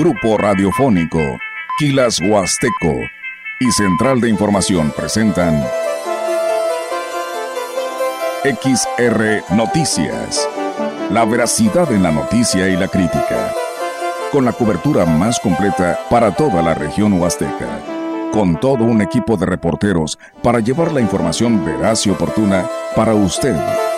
Grupo Radiofónico, Quilas Huasteco y Central de Información presentan XR Noticias. La veracidad en la noticia y la crítica. Con la cobertura más completa para toda la región huasteca. Con todo un equipo de reporteros para llevar la información veraz y oportuna para usted.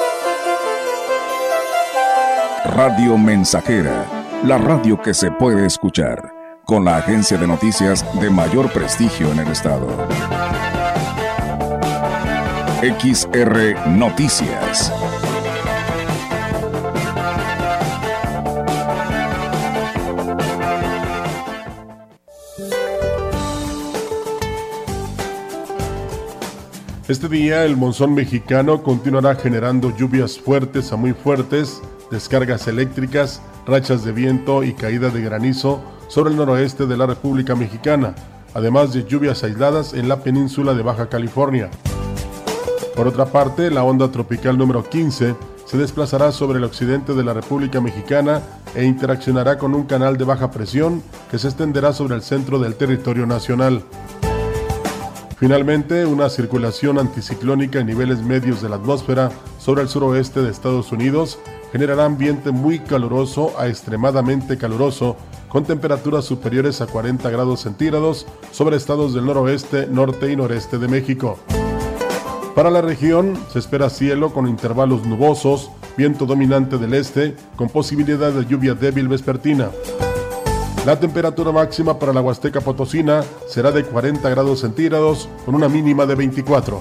Radio Mensajera, la radio que se puede escuchar, con la agencia de noticias de mayor prestigio en el estado. XR Noticias. Este día el monzón mexicano continuará generando lluvias fuertes a muy fuertes, descargas eléctricas, rachas de viento y caída de granizo sobre el noroeste de la República Mexicana, además de lluvias aisladas en la península de Baja California. Por otra parte, la onda tropical número 15 se desplazará sobre el occidente de la República Mexicana e interaccionará con un canal de baja presión que se extenderá sobre el centro del territorio nacional. Finalmente, una circulación anticiclónica en niveles medios de la atmósfera sobre el suroeste de Estados Unidos generará ambiente muy caluroso a extremadamente caluroso, con temperaturas superiores a 40 grados centígrados sobre estados del noroeste, norte y noreste de México. Para la región se espera cielo con intervalos nubosos, viento dominante del este, con posibilidad de lluvia débil vespertina. La temperatura máxima para la Huasteca Potosina será de 40 grados centígrados con una mínima de 24.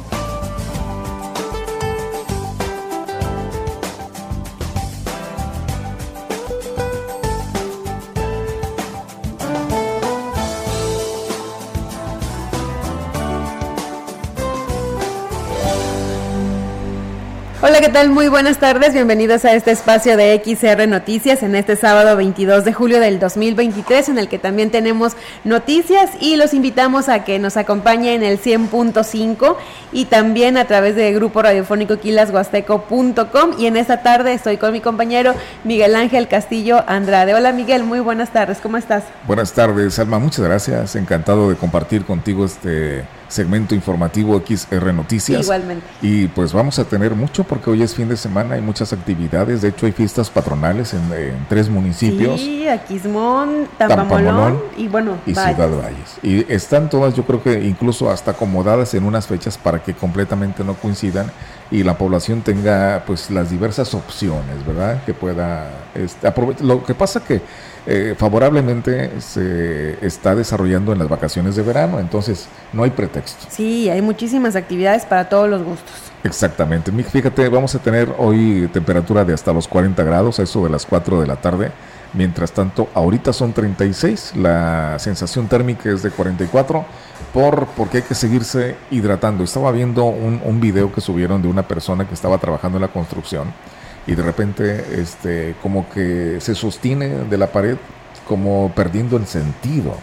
Hola, ¿qué tal? Muy buenas tardes, bienvenidos a este espacio de XR Noticias en este sábado 22 de julio del 2023, en el que también tenemos noticias y los invitamos a que nos acompañen en el 100.5 y también a través de Grupo Radiofónico quilashuasteco.com, y en esta tarde estoy con mi compañero Miguel Ángel Castillo Andrade. Hola Miguel, muy buenas tardes, ¿cómo estás? Buenas tardes, Alma, muchas gracias, encantado de compartir contigo este segmento informativo XR Noticias. Igualmente. Y pues vamos a tener mucho porque hoy es fin de semana, hay muchas actividades, de hecho hay fiestas patronales en 3 municipios. Sí, Aquismón, Tampamolón y bueno, y Ciudad Valles. Y están todas, yo creo que incluso hasta acomodadas en unas fechas para que completamente no coincidan y la población tenga pues las diversas opciones, ¿verdad? Que pueda aprovechar. Lo que pasa que favorablemente se está desarrollando en las vacaciones de verano, entonces no hay pretexto. Sí, hay muchísimas actividades para todos los gustos. Exactamente, fíjate, vamos a tener hoy temperatura de hasta los 40 grados, a eso de las 4 de la tarde, mientras tanto ahorita son 36, la sensación térmica es de 44, porque hay que seguirse hidratando. Estaba viendo un video que subieron de una persona que estaba trabajando en la construcción, y de repente como que se sostiene de la pared como perdiendo el sentido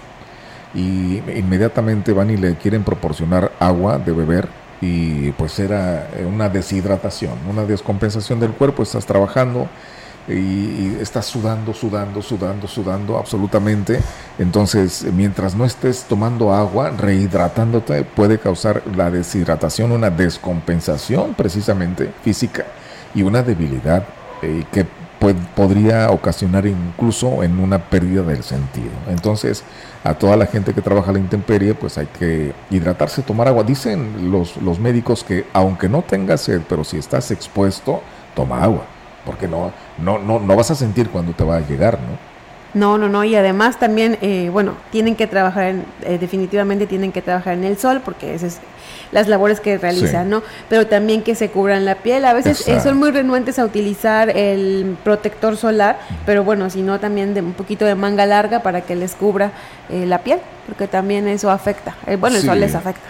y inmediatamente van y le quieren proporcionar agua de beber y pues era una deshidratación, una descompensación del cuerpo. Estás trabajando y estás sudando absolutamente, entonces mientras no estés tomando agua, rehidratándote, puede causar la deshidratación, una descompensación precisamente física y una debilidad que podría ocasionar incluso en una pérdida del sentido. Entonces, a toda la gente que trabaja a la intemperie, pues hay que hidratarse, tomar agua. Dicen los médicos que aunque no tengas sed, pero si estás expuesto, toma agua, porque no vas a sentir cuando te va a llegar, ¿no? No, y además también, tienen que trabajar, definitivamente tienen que trabajar en el sol, porque esas es las labores que realizan, sí, ¿no? Pero también que se cubran la piel. A veces son muy renuentes a utilizar el protector solar, pero bueno, si no, también de un poquito de manga larga para que les cubra la piel, porque también eso afecta. El sol les afecta.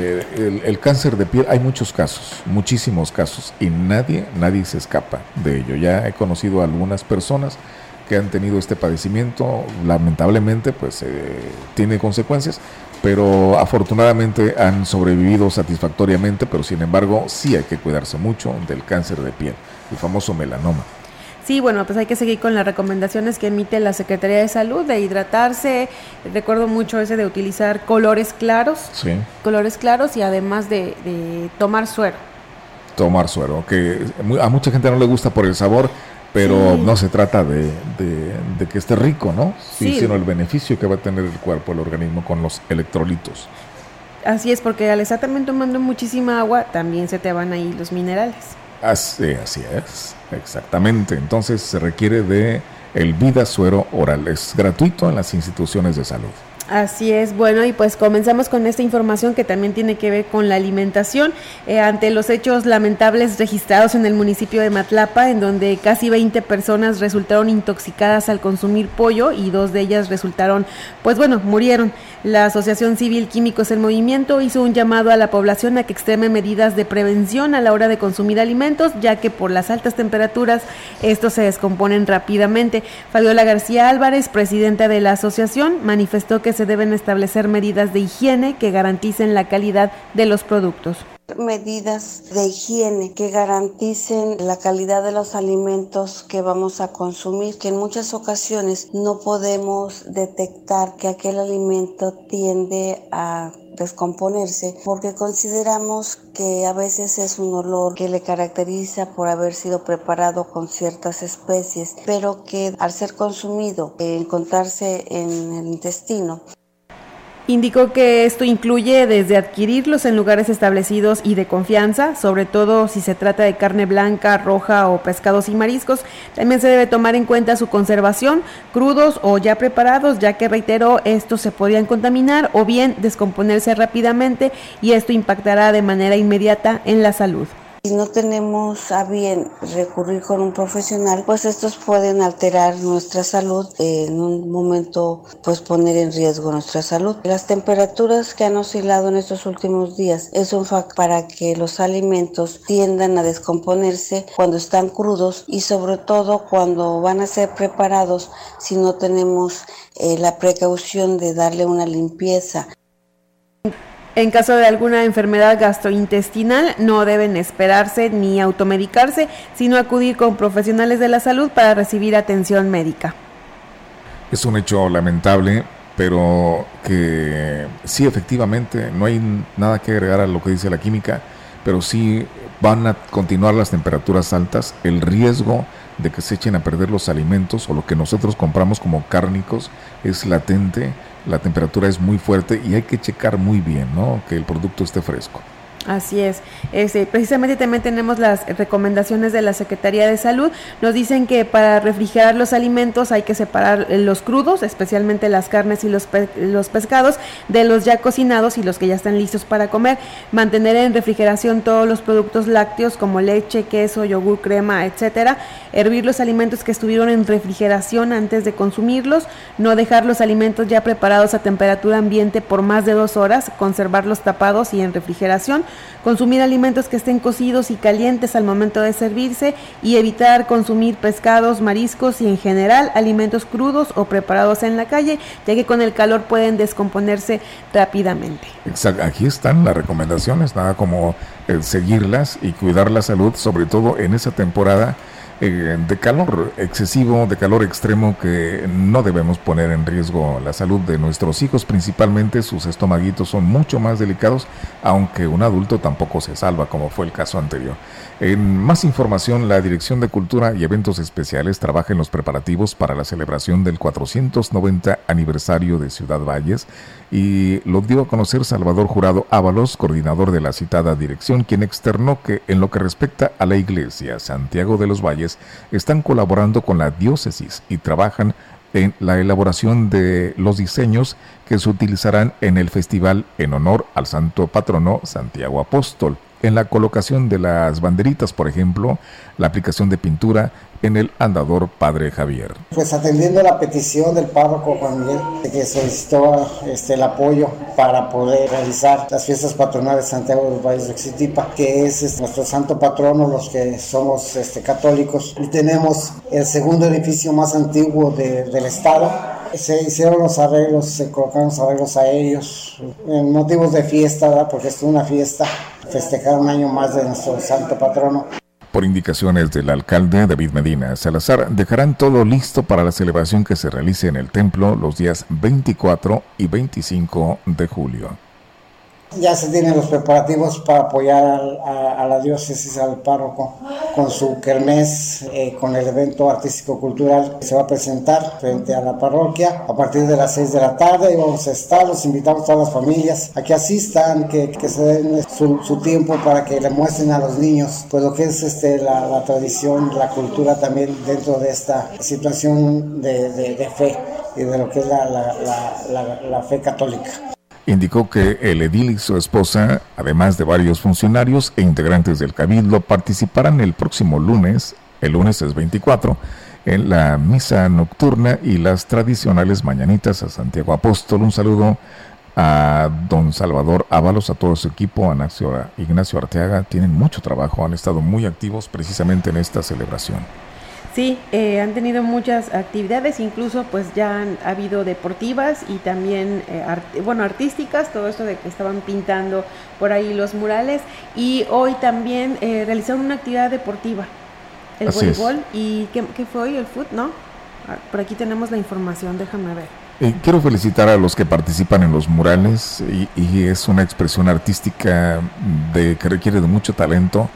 El cáncer de piel, hay muchos casos, muchísimos casos, y nadie se escapa de ello. Ya he conocido a algunas personas que han tenido este padecimiento, lamentablemente pues tiene consecuencias, pero afortunadamente han sobrevivido satisfactoriamente, pero sin embargo sí hay que cuidarse mucho del cáncer de piel, el famoso melanoma. Sí, bueno, pues hay que seguir con las recomendaciones que emite la Secretaría de Salud, de hidratarse. Recuerdo mucho ese de utilizar colores claros. Sí. Colores claros y además de tomar suero. Tomar suero, que a mucha gente no le gusta por el sabor, pero no se trata de que esté rico, ¿no? Sí, sino el beneficio que va a tener el cuerpo, el organismo con los electrolitos. Así es, porque al estar también tomando muchísima agua, también se te van ahí los minerales. Así es, exactamente. Entonces se requiere de el Vida Suero Oral. Es gratuito en las instituciones de salud. Así es, bueno, y pues comenzamos con esta información que también tiene que ver con la alimentación. Ante los hechos lamentables registrados en el municipio de Matlapa, en donde casi 20 personas resultaron intoxicadas al consumir pollo y 2 de ellas resultaron, murieron. La Asociación Civil Químicos en Movimiento hizo un llamado a la población a que extreme medidas de prevención a la hora de consumir alimentos, ya que por las altas temperaturas estos se descomponen rápidamente. Fabiola García Álvarez, presidenta de la asociación, manifestó que se deben establecer medidas de higiene que garanticen la calidad de los productos. Medidas de higiene que garanticen la calidad de los alimentos que vamos a consumir, que en muchas ocasiones no podemos detectar que aquel alimento tiende a descomponerse porque consideramos que a veces es un olor que le caracteriza por haber sido preparado con ciertas especies, pero que al ser consumido, encontrarse en el intestino. Indicó que esto incluye desde adquirirlos en lugares establecidos y de confianza, sobre todo si se trata de carne blanca, roja o pescados y mariscos. También se debe tomar en cuenta su conservación, crudos o ya preparados, ya que, reitero, estos se podrían contaminar o bien descomponerse rápidamente y esto impactará de manera inmediata en la salud. Si no tenemos a bien recurrir con un profesional, pues estos pueden alterar nuestra salud, en un momento pues poner en riesgo nuestra salud. Las temperaturas que han oscilado en estos últimos días es un factor para que los alimentos tiendan a descomponerse cuando están crudos y sobre todo cuando van a ser preparados si no tenemos la precaución de darle una limpieza. En caso de alguna enfermedad gastrointestinal, no deben esperarse ni automedicarse, sino acudir con profesionales de la salud para recibir atención médica. Es un hecho lamentable, pero que sí, efectivamente, no hay nada que agregar a lo que dice la química, pero sí van a continuar las temperaturas altas, el riesgo de que se echen a perder los alimentos o lo que nosotros compramos como cárnicos es latente. La temperatura es muy fuerte y hay que checar muy bien, ¿no?, que el producto esté fresco. Así es. Precisamente también tenemos las recomendaciones de la Secretaría de Salud. Nos dicen que para refrigerar los alimentos hay que separar los crudos, especialmente las carnes y los pescados, de los ya cocinados y los que ya están listos para comer. Mantener en refrigeración todos los productos lácteos como leche, queso, yogur, crema, etcétera. Hervir los alimentos que estuvieron en refrigeración antes de consumirlos. No dejar los alimentos ya preparados a temperatura ambiente por más de 2 horas. Conservarlos tapados y en refrigeración. Consumir alimentos que estén cocidos y calientes al momento de servirse y evitar consumir pescados, mariscos y en general alimentos crudos o preparados en la calle, ya que con el calor pueden descomponerse rápidamente. Exacto, aquí están las recomendaciones, nada como seguirlas y cuidar la salud, sobre todo en esa temporada de calor excesivo, de calor extremo, que no debemos poner en riesgo la salud de nuestros hijos, principalmente sus estomaguitos son mucho más delicados, aunque un adulto tampoco se salva, como fue el caso anterior. En más información, la Dirección de Cultura y Eventos Especiales trabaja en los preparativos para la celebración del 490 aniversario de Ciudad Valles, y lo dio a conocer Salvador Jurado Ábalos, coordinador de la citada dirección, quien externó que en lo que respecta a la iglesia Santiago de los Valles, están colaborando con la diócesis y trabajan en la elaboración de los diseños que se utilizarán en el festival en honor al santo patrono Santiago Apóstol, en la colocación de las banderitas, por ejemplo, la aplicación de pintura en el andador Padre Javier. Pues atendiendo la petición del párroco Juan Miguel, que solicitó el apoyo para poder realizar las fiestas patronales de Santiago de los Valles de Oxitipa, que es nuestro santo patrono, los que somos católicos, y tenemos el segundo edificio más antiguo del estado. Se hicieron los arreglos, se colocaron los arreglos a ellos en motivos de fiesta, ¿verdad? Porque es una fiesta, festejar un año más de nuestro santo patrono. Por indicaciones del alcalde David Medina Salazar, dejarán todo listo para la celebración que se realice en el templo los días 24 y 25 de julio. Ya se tienen los preparativos para apoyar a la diócesis, al párroco, con su kermés, con el evento artístico-cultural que se va a presentar frente a la parroquia a partir de las 6 de la tarde. Y vamos a estar, los invitamos a todas las familias a que asistan, que se den su tiempo para que le muestren a los niños pues lo que es la tradición, la cultura también dentro de esta situación de fe y de lo que es la fe católica. Indicó que el edil y su esposa, además de varios funcionarios e integrantes del Cabildo, participarán el próximo lunes, el lunes es 24, en la misa nocturna y las tradicionales mañanitas a Santiago Apóstol. Un saludo a don Salvador Ábalos, a todo su equipo, a Ignacio Arteaga. Tienen mucho trabajo, han estado muy activos precisamente en esta celebración. Sí, han tenido muchas actividades, incluso pues ya ha habido deportivas y también artísticas, todo esto de que estaban pintando por ahí los murales, y hoy también realizaron una actividad deportiva, el Así voleibol, es. y ¿qué fue hoy? El fútbol, ¿no? Por aquí tenemos la información, déjame ver. Quiero felicitar a los que participan en los murales y es una expresión artística que requiere de mucho talento.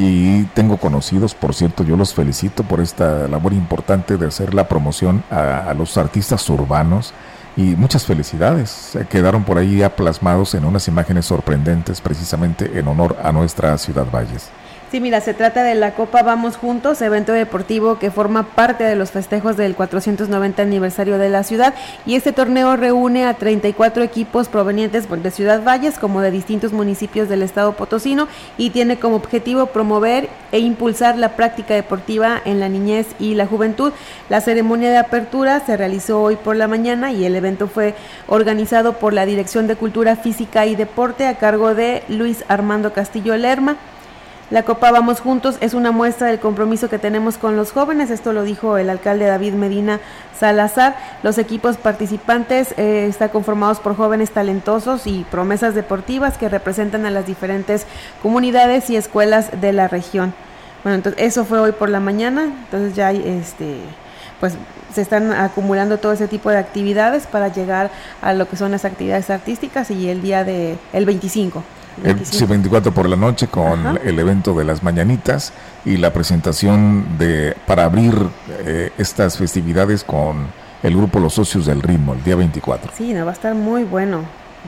Y tengo conocidos, por cierto, yo los felicito por esta labor importante de hacer la promoción a los artistas urbanos, y muchas felicidades. Quedaron por ahí ya plasmados en unas imágenes sorprendentes precisamente en honor a nuestra Ciudad Valles. Sí, mira, se trata de la Copa Vamos Juntos, evento deportivo que forma parte de los festejos del 490 aniversario de la ciudad, y este torneo reúne a 34 equipos provenientes de Ciudad Valles como de distintos municipios del estado potosino, y tiene como objetivo promover e impulsar la práctica deportiva en la niñez y la juventud. La ceremonia de apertura se realizó hoy por la mañana y el evento fue organizado por la Dirección de Cultura Física y Deporte a cargo de Luis Armando Castillo Lerma. La Copa Vamos Juntos es una muestra del compromiso que tenemos con los jóvenes, esto lo dijo el alcalde David Medina Salazar. Los equipos participantes están conformados por jóvenes talentosos y promesas deportivas que representan a las diferentes comunidades y escuelas de la región. Bueno, entonces eso fue hoy por la mañana, entonces ya hay pues se están acumulando todo ese tipo de actividades para llegar a lo que son las actividades artísticas y el día el 25. El 24 por la noche con el evento de las mañanitas y la presentación para abrir estas festividades con el grupo Los Socios del Ritmo el día 24. Sí, va a estar muy bueno,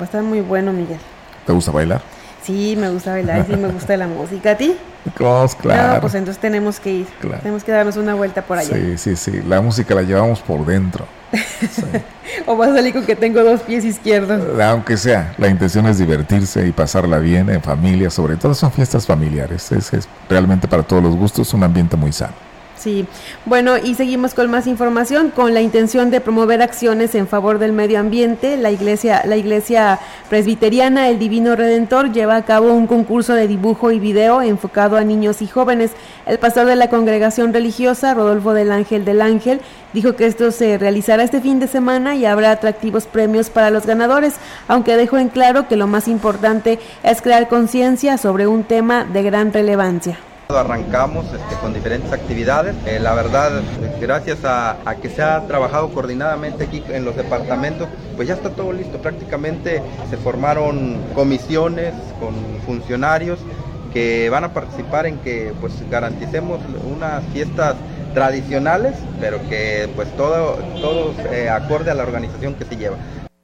Miguel. ¿Te gusta bailar? Sí, me gusta bailar, sí me gusta la música. ¿A ti? Claro. No, pues entonces tenemos que ir, tenemos que darnos una vuelta por allá. Sí, la música la llevamos por dentro. Sí. O vas a salir con que tengo 2 pies izquierdos. Aunque sea, la intención es divertirse y pasarla bien en familia, sobre todo son fiestas familiares, es realmente para todos los gustos un ambiente muy sano. Sí, bueno, y seguimos con más información. Con la intención de promover acciones en favor del medio ambiente, la iglesia presbiteriana El Divino Redentor lleva a cabo un concurso de dibujo y video enfocado a niños y jóvenes. El pastor de la congregación religiosa, Rodolfo del Ángel, dijo que esto se realizará este fin de semana y habrá atractivos premios para los ganadores, aunque dejó en claro que lo más importante es crear conciencia sobre un tema de gran relevancia. Arrancamos con diferentes actividades, la verdad, gracias a que se ha trabajado coordinadamente aquí en los departamentos, pues ya está todo listo. Prácticamente se formaron comisiones con funcionarios que van a participar en que pues garanticemos unas fiestas tradicionales, pero que pues todo acorde a la organización que se lleva.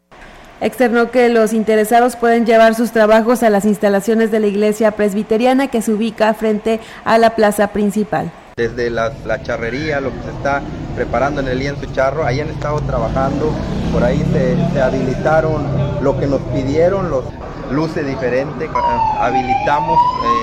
Externó que los interesados pueden llevar sus trabajos a las instalaciones de la iglesia presbiteriana que se ubica frente a la plaza principal. Desde la charrería, lo que se está preparando en el lienzo charro, ahí han estado trabajando, por ahí se habilitaron lo que nos pidieron, los luces diferentes, habilitamos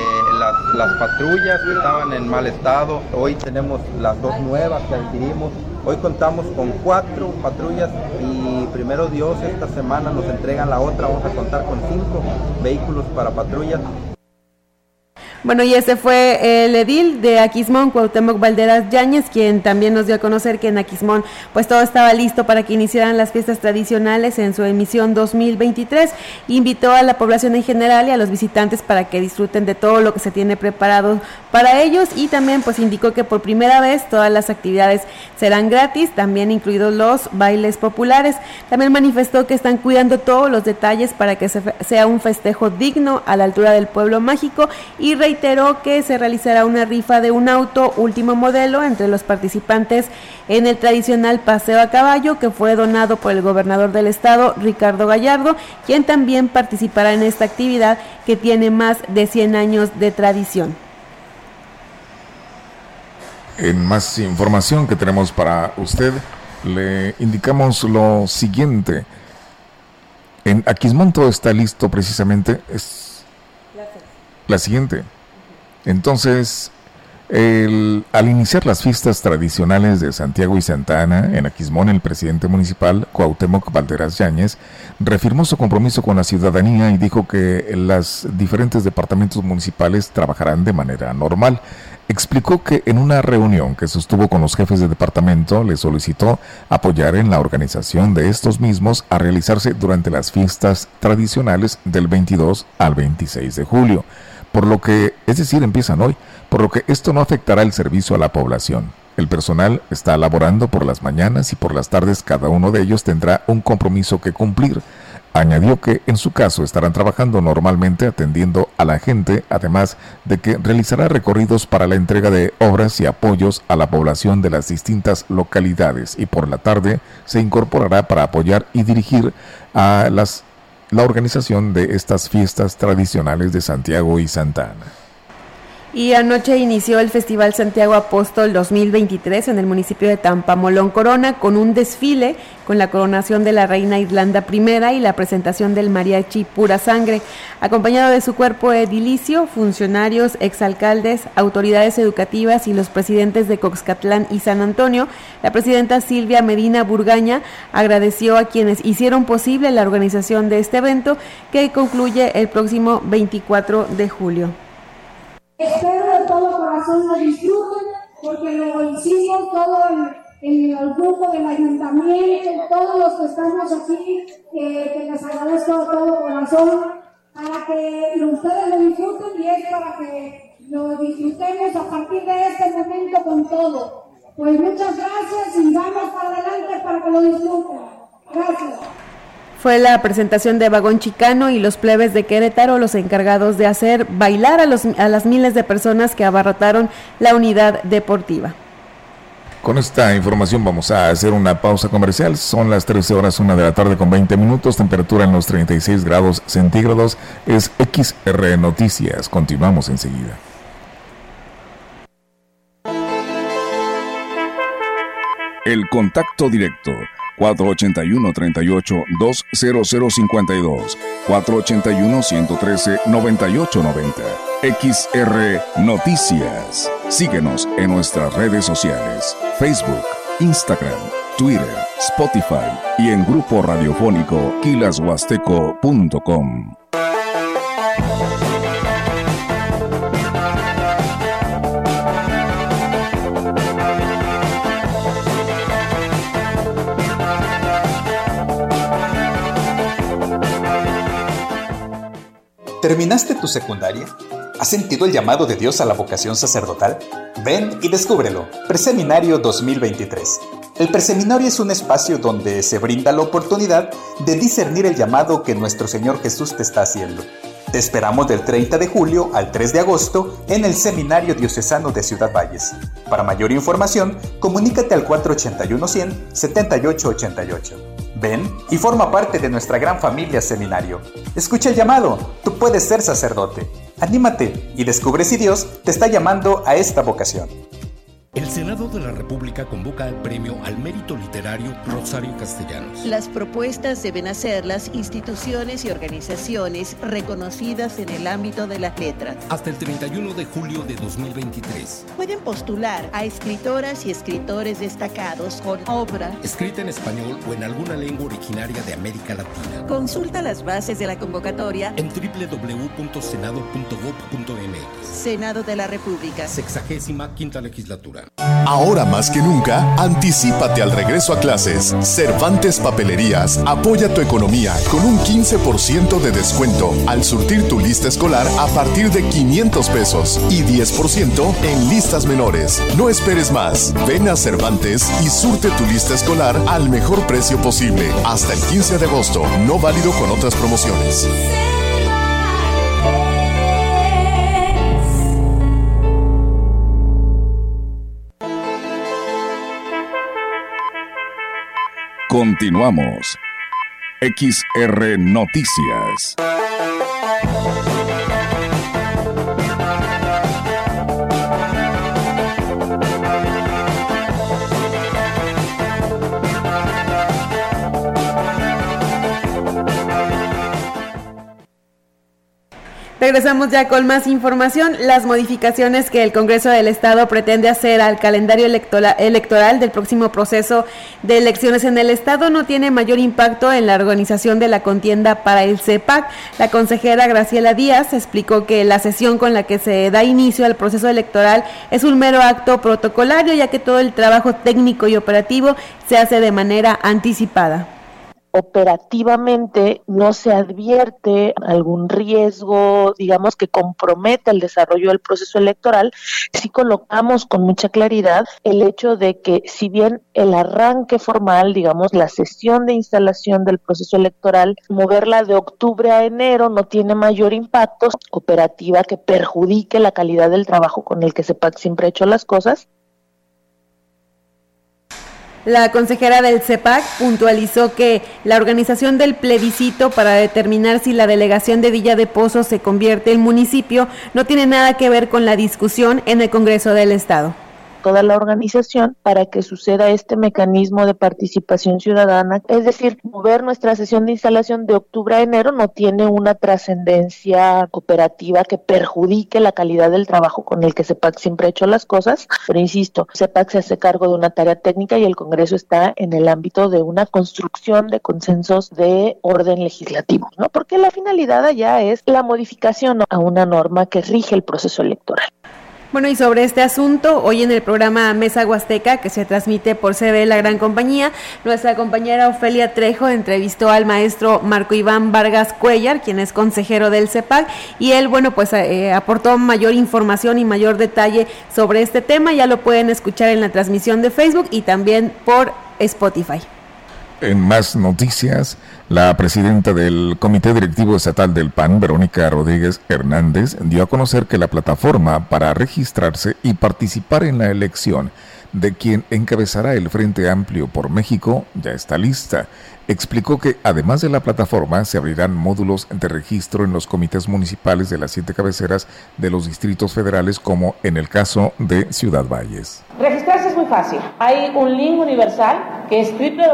las patrullas que estaban en mal estado, hoy tenemos las 2 nuevas que adquirimos. Hoy contamos con 4 patrullas y primero Dios esta semana nos entregan la otra, vamos a contar con 5 vehículos para patrullas. Bueno, y ese fue el edil de Aquismón, Cuauhtémoc Valderas Yáñez, quien también nos dio a conocer que en Aquismón pues todo estaba listo para que iniciaran las fiestas tradicionales en su emisión 2023. Invitó a la población en general y a los visitantes para que disfruten de todo lo que se tiene preparado para ellos, y también pues indicó que por primera vez todas las actividades serán gratis, también incluidos los bailes populares. También manifestó que están cuidando todos los detalles para que sea un festejo digno a la altura del pueblo mágico, y reiteró que se realizará una rifa de un auto último modelo entre los participantes en el tradicional paseo a caballo que fue donado por el gobernador del estado, Ricardo Gallardo, quien también participará en esta actividad que tiene más de 100 años de tradición. En más información que tenemos para usted, le indicamos lo siguiente. En Aquismón todo está listo, precisamente es la siguiente. Entonces, al iniciar las fiestas tradicionales de Santiago y Santa Ana en Aquismón, el presidente municipal, Cuauhtémoc Valderas Yáñez, reafirmó su compromiso con la ciudadanía y dijo que los diferentes departamentos municipales trabajarán de manera normal. Explicó que en una reunión que sostuvo con los jefes de departamento le solicitó apoyar en la organización de estos mismos a realizarse durante las fiestas tradicionales del 22 al 26 de julio, por lo que, es decir, empiezan hoy, por lo que esto no afectará el servicio a la población. El personal está laborando por las mañanas y por las tardes cada uno de ellos tendrá un compromiso que cumplir. Añadió que en su caso estarán trabajando normalmente atendiendo a la gente, además de que realizará recorridos para la entrega de obras y apoyos a la población de las distintas localidades, y por la tarde se incorporará para apoyar y dirigir a la organización de estas fiestas tradicionales de Santiago y Santa Ana. Y anoche inició el Festival Santiago Apóstol 2023 en el municipio de Tampamolón, Corona, con un desfile con la coronación de la reina Irlanda I y la presentación del mariachi Pura Sangre, acompañado de su cuerpo edilicio, funcionarios, exalcaldes, autoridades educativas y los presidentes de Coxcatlán y San Antonio. La presidenta Silvia Medina Burgaña agradeció a quienes hicieron posible la organización de este evento, que concluye el próximo 24 de julio. Espero de todo corazón lo disfruten, porque lo hicimos todo en el grupo del ayuntamiento, todos los que estamos aquí, que les agradezco de todo corazón, para que ustedes lo disfruten, y es para que lo disfrutemos a partir de este momento con todo. Pues muchas gracias y vamos para adelante para que lo disfruten. Gracias. Fue la presentación de Vagón Chicano y los plebes de Querétaro los encargados de hacer bailar a las miles de personas que abarrotaron la unidad deportiva. Con esta información vamos a hacer una pausa comercial. Son las 13 horas, 1 de la tarde con 20 minutos, temperatura en los 36 grados centígrados. Es XR Noticias. Continuamos enseguida. El contacto directo 481-38-20052, 481-113-9890. XR Noticias. Síguenos en nuestras redes sociales: Facebook, Instagram, Twitter, Spotify y en grupo radiofónico quilashuasteco.com. ¿Terminaste tu secundaria? ¿Has sentido el llamado de Dios a la vocación sacerdotal? Ven y descúbrelo. Preseminario 2023. El preseminario es un espacio donde se brinda la oportunidad de discernir el llamado que nuestro Señor Jesús te está haciendo. Te esperamos del 30 de julio al 3 de agosto en el Seminario Diocesano de Ciudad Valles. Para mayor información, comunícate al 481-100-7888. Ven y forma parte de nuestra gran familia seminario. Escucha el llamado, tú puedes ser sacerdote. Anímate y descubre si Dios te está llamando a esta vocación. El Senado de la República convoca al premio al mérito literario Rosario Castellanos. Las propuestas deben hacerlas instituciones y organizaciones reconocidas en el ámbito de las letras. Hasta el 31 de julio de 2023. Pueden postular a escritoras y escritores destacados con obra escrita en español o en alguna lengua originaria de América Latina. Consulta las bases de la convocatoria en www.senado.gov.mx. Senado de la República. 65ª legislatura. Ahora más que nunca, anticípate al regreso a clases. Cervantes Papelerías apoya tu economía con un 15% de descuento al surtir tu lista escolar a partir de 500 pesos y 10% en listas menores. No esperes más. Ven a Cervantes y surte tu lista escolar al mejor precio posible. Hasta el 15 de agosto, no válido con otras promociones. Continuamos. XR Noticias. Regresamos ya con más información. Las modificaciones que el Congreso del Estado pretende hacer al calendario electoral del próximo proceso de elecciones en el Estado no tiene mayor impacto en la organización de la contienda para el CEPAC. La consejera Graciela Díaz explicó que la sesión con la que se da inicio al proceso electoral es un mero acto protocolario, ya que todo el trabajo técnico y operativo se hace de manera anticipada. Operativamente no se advierte algún riesgo, digamos, que comprometa el desarrollo del proceso electoral. Sí colocamos con mucha claridad el hecho de que si bien el arranque formal, digamos, la sesión de instalación del proceso electoral, moverla de octubre a enero no tiene mayor impacto operativa que perjudique la calidad del trabajo con el que CEPAC siempre ha hecho las cosas. La consejera del CEPAC puntualizó que la organización del plebiscito para determinar si la delegación de Villa de Pozos se convierte en municipio no tiene nada que ver con la discusión en el Congreso del Estado. Toda la organización para que suceda este mecanismo de participación ciudadana, es decir, mover nuestra sesión de instalación de octubre a enero no tiene una trascendencia operativa que perjudique la calidad del trabajo con el que CEPAC siempre ha hecho las cosas, pero insisto, CEPAC se hace cargo de una tarea técnica y el Congreso está en el ámbito de una construcción de consensos de orden legislativo, ¿no? Porque la finalidad allá es la modificación a una norma que rige el proceso electoral. Bueno, y sobre este asunto, hoy en el programa Mesa Huasteca, que se transmite por CB La Gran Compañía, nuestra compañera Ofelia Trejo entrevistó al maestro Marco Iván Vargas Cuellar, quien es consejero del CEPAC, y él, bueno, pues aportó mayor información y mayor detalle sobre este tema. Ya lo pueden escuchar en la transmisión de Facebook y también por Spotify. En más noticias, la presidenta del Comité Directivo Estatal del PAN, Verónica Rodríguez Hernández, dio a conocer que la plataforma para registrarse y participar en la elección de quien encabezará el Frente Amplio por México ya está lista. Explicó que además de la plataforma se abrirán módulos de registro en los comités municipales de las 7 cabeceras de los distritos federales, como en el caso de Ciudad Valles. Registrarse es muy fácil. Hay un link universal que es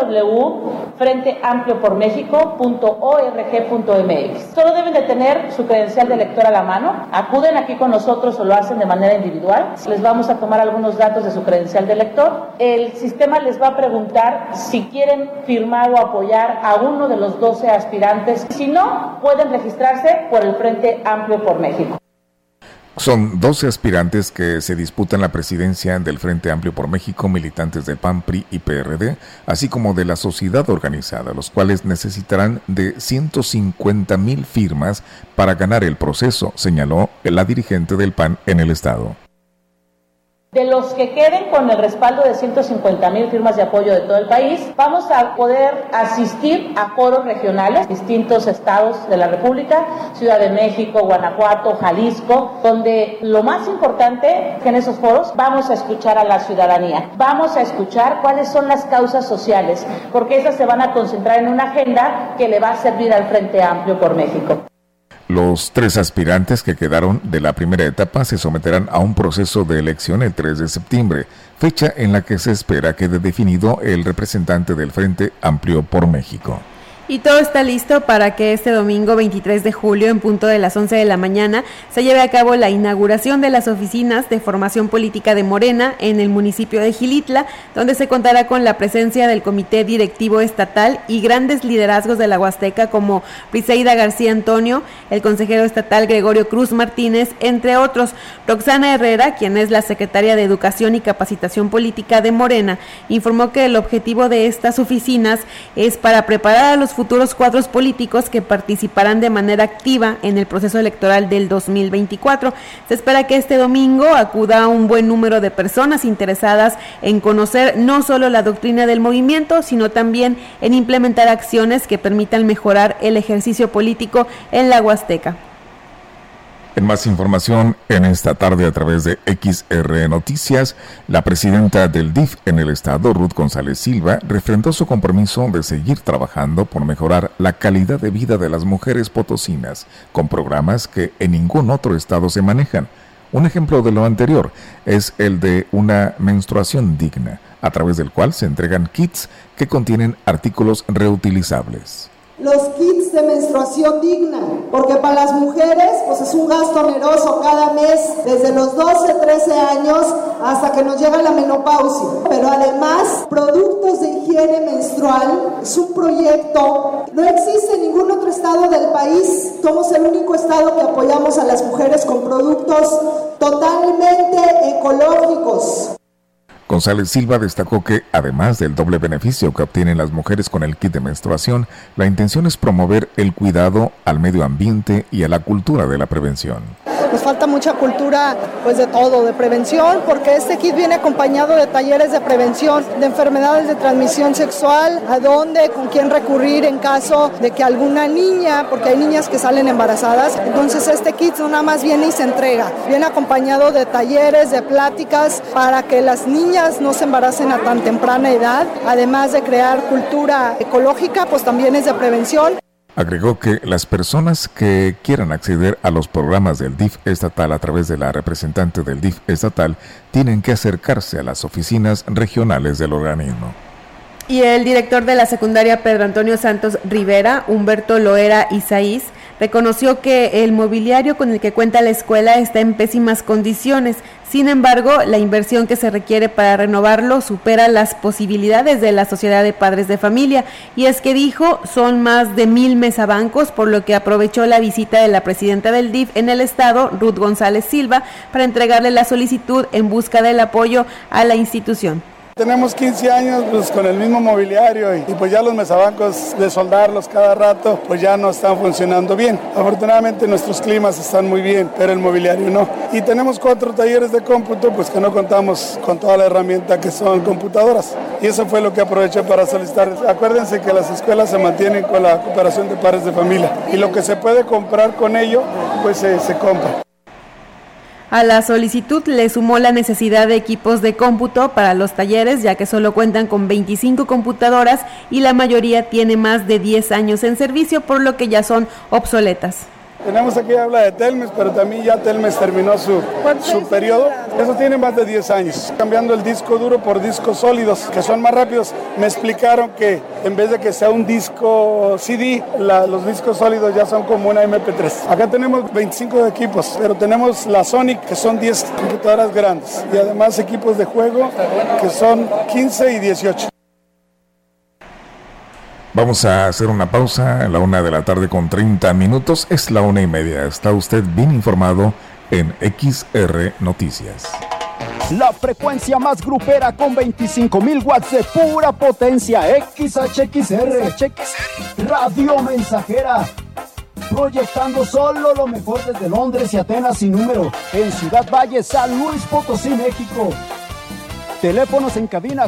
www.frenteampliopormexico.org.mx. Solo deben de tener su credencial de elector a la mano. Acuden aquí con nosotros o lo hacen de manera individual. Les vamos a tomar algunos datos de su credencial de elector. El sistema les va a preguntar si quieren firmar o apoyar a uno de los 12 aspirantes. Si no, pueden registrarse por el Frente Amplio por México. Son 12 aspirantes que se disputan la presidencia del Frente Amplio por México, militantes del PAN, PRI y PRD, así como de la sociedad organizada, los cuales necesitarán de 150,000 firmas para ganar el proceso, señaló la dirigente del PAN en el estado. De los que queden con el respaldo de 150,000 firmas de apoyo de todo el país, vamos a poder asistir a foros regionales, distintos estados de la República, Ciudad de México, Guanajuato, Jalisco, donde lo más importante es que en esos foros vamos a escuchar a la ciudadanía, vamos a escuchar cuáles son las causas sociales, porque esas se van a concentrar en una agenda que le va a servir al Frente Amplio por México. Los 3 aspirantes que quedaron de la primera etapa se someterán a un proceso de elección el 3 de septiembre, fecha en la que se espera quede definido el representante del Frente Amplio por México. Y todo está listo para que este domingo 23 de julio, en punto de las 11 de la mañana, se lleve a cabo la inauguración de las oficinas de formación política de Morena en el municipio de Xilitla, donde se contará con la presencia del Comité Directivo Estatal y grandes liderazgos de la Huasteca como Briseida García Antonio, el consejero estatal Gregorio Cruz Martínez, entre otros. Roxana Herrera, quien es la secretaria de Educación y Capacitación Política de Morena, informó que el objetivo de estas oficinas es para preparar a los futuros cuadros políticos que participarán de manera activa en el proceso electoral del 2024. Se espera que este domingo acuda un buen número de personas interesadas en conocer no solo la doctrina del movimiento, sino también en implementar acciones que permitan mejorar el ejercicio político en la Huasteca. En más información, en esta tarde a través de XR Noticias, la presidenta del DIF en el estado, Ruth González Silva, refrendó su compromiso de seguir trabajando por mejorar la calidad de vida de las mujeres potosinas, con programas que en ningún otro estado se manejan. Un ejemplo de lo anterior es el de una menstruación digna, a través del cual se entregan kits que contienen artículos reutilizables. Los kits de menstruación digna, porque para las mujeres pues es un gasto oneroso cada mes, desde los 12, 13 años hasta que nos llega la menopausia. Pero además, productos de higiene menstrual es un proyecto, no existe en ningún otro estado del país, somos el único estado que apoyamos a las mujeres con productos totalmente ecológicos. González Silva destacó que, además del doble beneficio que obtienen las mujeres con el kit de menstruación, la intención es promover el cuidado al medio ambiente y a la cultura de la prevención. Nos falta mucha cultura, pues de todo, de prevención, porque este kit viene acompañado de talleres de prevención de enfermedades de transmisión sexual, a dónde, con quién recurrir en caso de que alguna niña, porque hay niñas que salen embarazadas, entonces este kit no nada más viene y se entrega, viene acompañado de talleres, de pláticas, para que las niñas no se embaracen a tan temprana edad, además de crear cultura ecológica, pues también es de prevención. Agregó que las personas que quieran acceder a los programas del DIF estatal a través de la representante del DIF estatal tienen que acercarse a las oficinas regionales del organismo. Y el director de la secundaria Pedro Antonio Santos Rivera, Humberto Loera Isaís, reconoció que el mobiliario con el que cuenta la escuela está en pésimas condiciones. Sin embargo, la inversión que se requiere para renovarlo supera las posibilidades de la Sociedad de Padres de Familia. Y es que dijo, son más de 1,000 mesabancos, por lo que aprovechó la visita de la presidenta del DIF en el estado, Ruth González Silva, para entregarle la solicitud en busca del apoyo a la institución. Tenemos 15 años pues, con el mismo mobiliario y pues ya los mesabancos de soldarlos cada rato pues ya no están funcionando bien. Afortunadamente nuestros climas están muy bien, pero el mobiliario no. Y tenemos 4 talleres de cómputo pues que no contamos con toda la herramienta que son computadoras. Y eso fue lo que aproveché para solicitar. Acuérdense que las escuelas se mantienen con la cooperación de padres de familia y lo que se puede comprar con ello pues se compra. A la solicitud le sumó la necesidad de equipos de cómputo para los talleres, ya que solo cuentan con 25 computadoras y la mayoría tiene más de 10 años en servicio, por lo que ya son obsoletas. Tenemos aquí habla de Telmex, pero también ya Telmex terminó su periodo. Eso tiene más de 10 años. Cambiando el disco duro por discos sólidos, que son más rápidos. Me explicaron que en vez de que sea un disco CD, los discos sólidos ya son como una MP3. Acá tenemos 25 equipos, pero tenemos la Sonic, que son 10 computadoras grandes. Y además equipos de juego, que son 15 y 18. Vamos a hacer una pausa a la 1:30 p.m. Es la 1:30. Está usted bien informado en XR Noticias. La frecuencia más grupera con 25,000 watts de pura potencia. XHXR. Radio Mensajera. Proyectando solo lo mejor desde Londres y Atenas sin número. En Ciudad Valle, San Luis Potosí, México. Teléfonos en cabina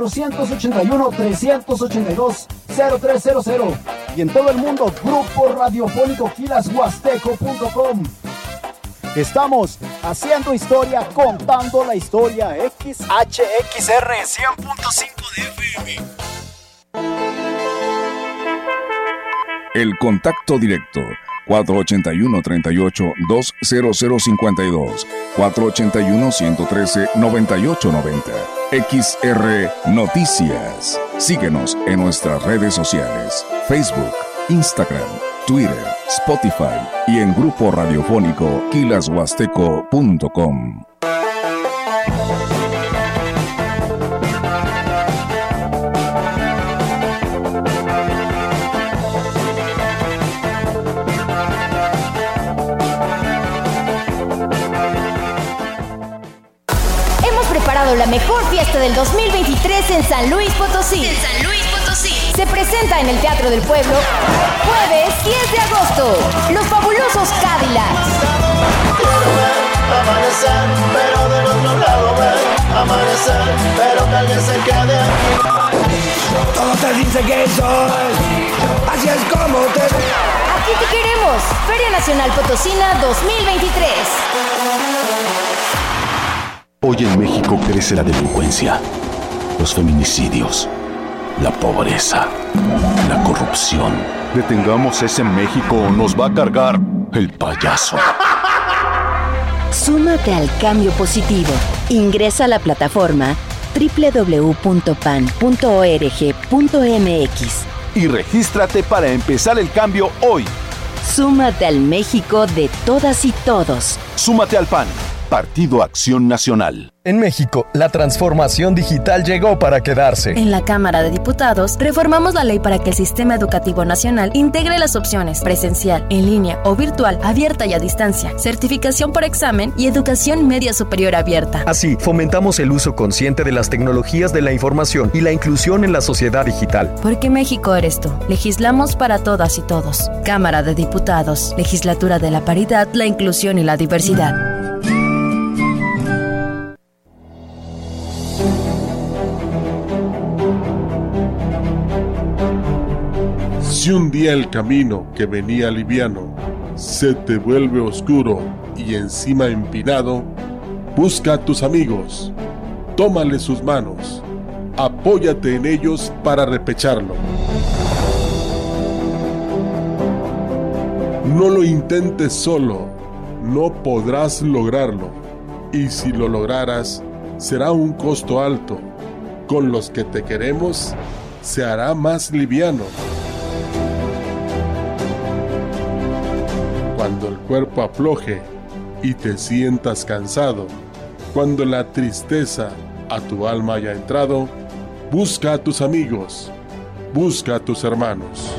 481-382-0300 y en todo el mundo Grupo Radiofónico Quilashuasteco.com. Estamos haciendo historia, contando la historia. XHXR 100.5 de FM. El contacto directo 481-38-20052, 481-113-9890. XR Noticias. Síguenos en nuestras redes sociales, Facebook, Instagram, Twitter, Spotify y en grupo radiofónico quilashuasteco.com. La mejor fiesta del 2023 en San Luis Potosí. Se presenta en el Teatro del Pueblo jueves 10 de agosto. Los fabulosos Cadillacs. Amanecer, pero del otro lado ver. Amanecer, pero que alguien se quede aquí. Todo te dice que soy. Así es como te. Aquí te queremos. Feria Nacional Potosina 2023. Hoy en México crece la delincuencia, los feminicidios, la pobreza, la corrupción. Detengamos ese México o nos va a cargar el payaso. Súmate al cambio positivo. Ingresa a la plataforma www.pan.org.mx y regístrate para empezar el cambio hoy. Súmate al México de todas y todos. Súmate al PAN. Partido Acción Nacional. En México, la transformación digital llegó para quedarse. En la Cámara de Diputados, reformamos la ley para que el Sistema Educativo Nacional integre las opciones presencial, en línea o virtual, abierta y a distancia, certificación por examen y educación media superior abierta. Así, fomentamos el uso consciente de las tecnologías de la información y la inclusión en la sociedad digital. Porque México eres tú. Legislamos para todas y todos. Cámara de Diputados, Legislatura de la Paridad, la Inclusión y la Diversidad. Si un día el camino que venía liviano se te vuelve oscuro y encima empinado, busca a tus amigos, tómale sus manos, apóyate en ellos para repecharlo. No lo intentes solo, no podrás lograrlo, y si lo lograras, será un costo alto. Con los que te queremos, se hará más liviano. Cuando el cuerpo afloje y te sientas cansado, cuando la tristeza a tu alma haya entrado, busca a tus amigos, busca a tus hermanos.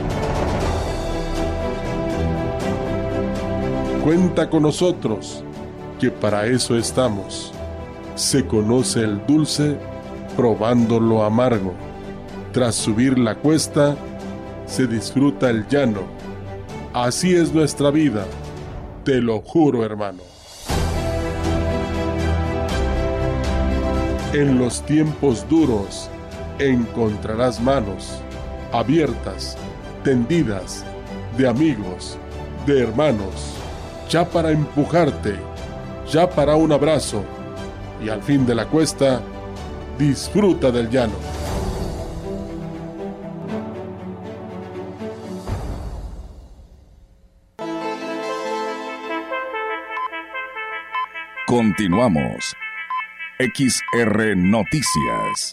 Cuenta con nosotros, que para eso estamos. Se conoce el dulce probando lo amargo. Tras subir la cuesta, se disfruta el llano. Así es nuestra vida, te lo juro, hermano. En los tiempos duros encontrarás manos abiertas, tendidas, de amigos, de hermanos, ya para empujarte, ya para un abrazo, y al fin de la cuesta, disfruta del llano. Continuamos. XR Noticias.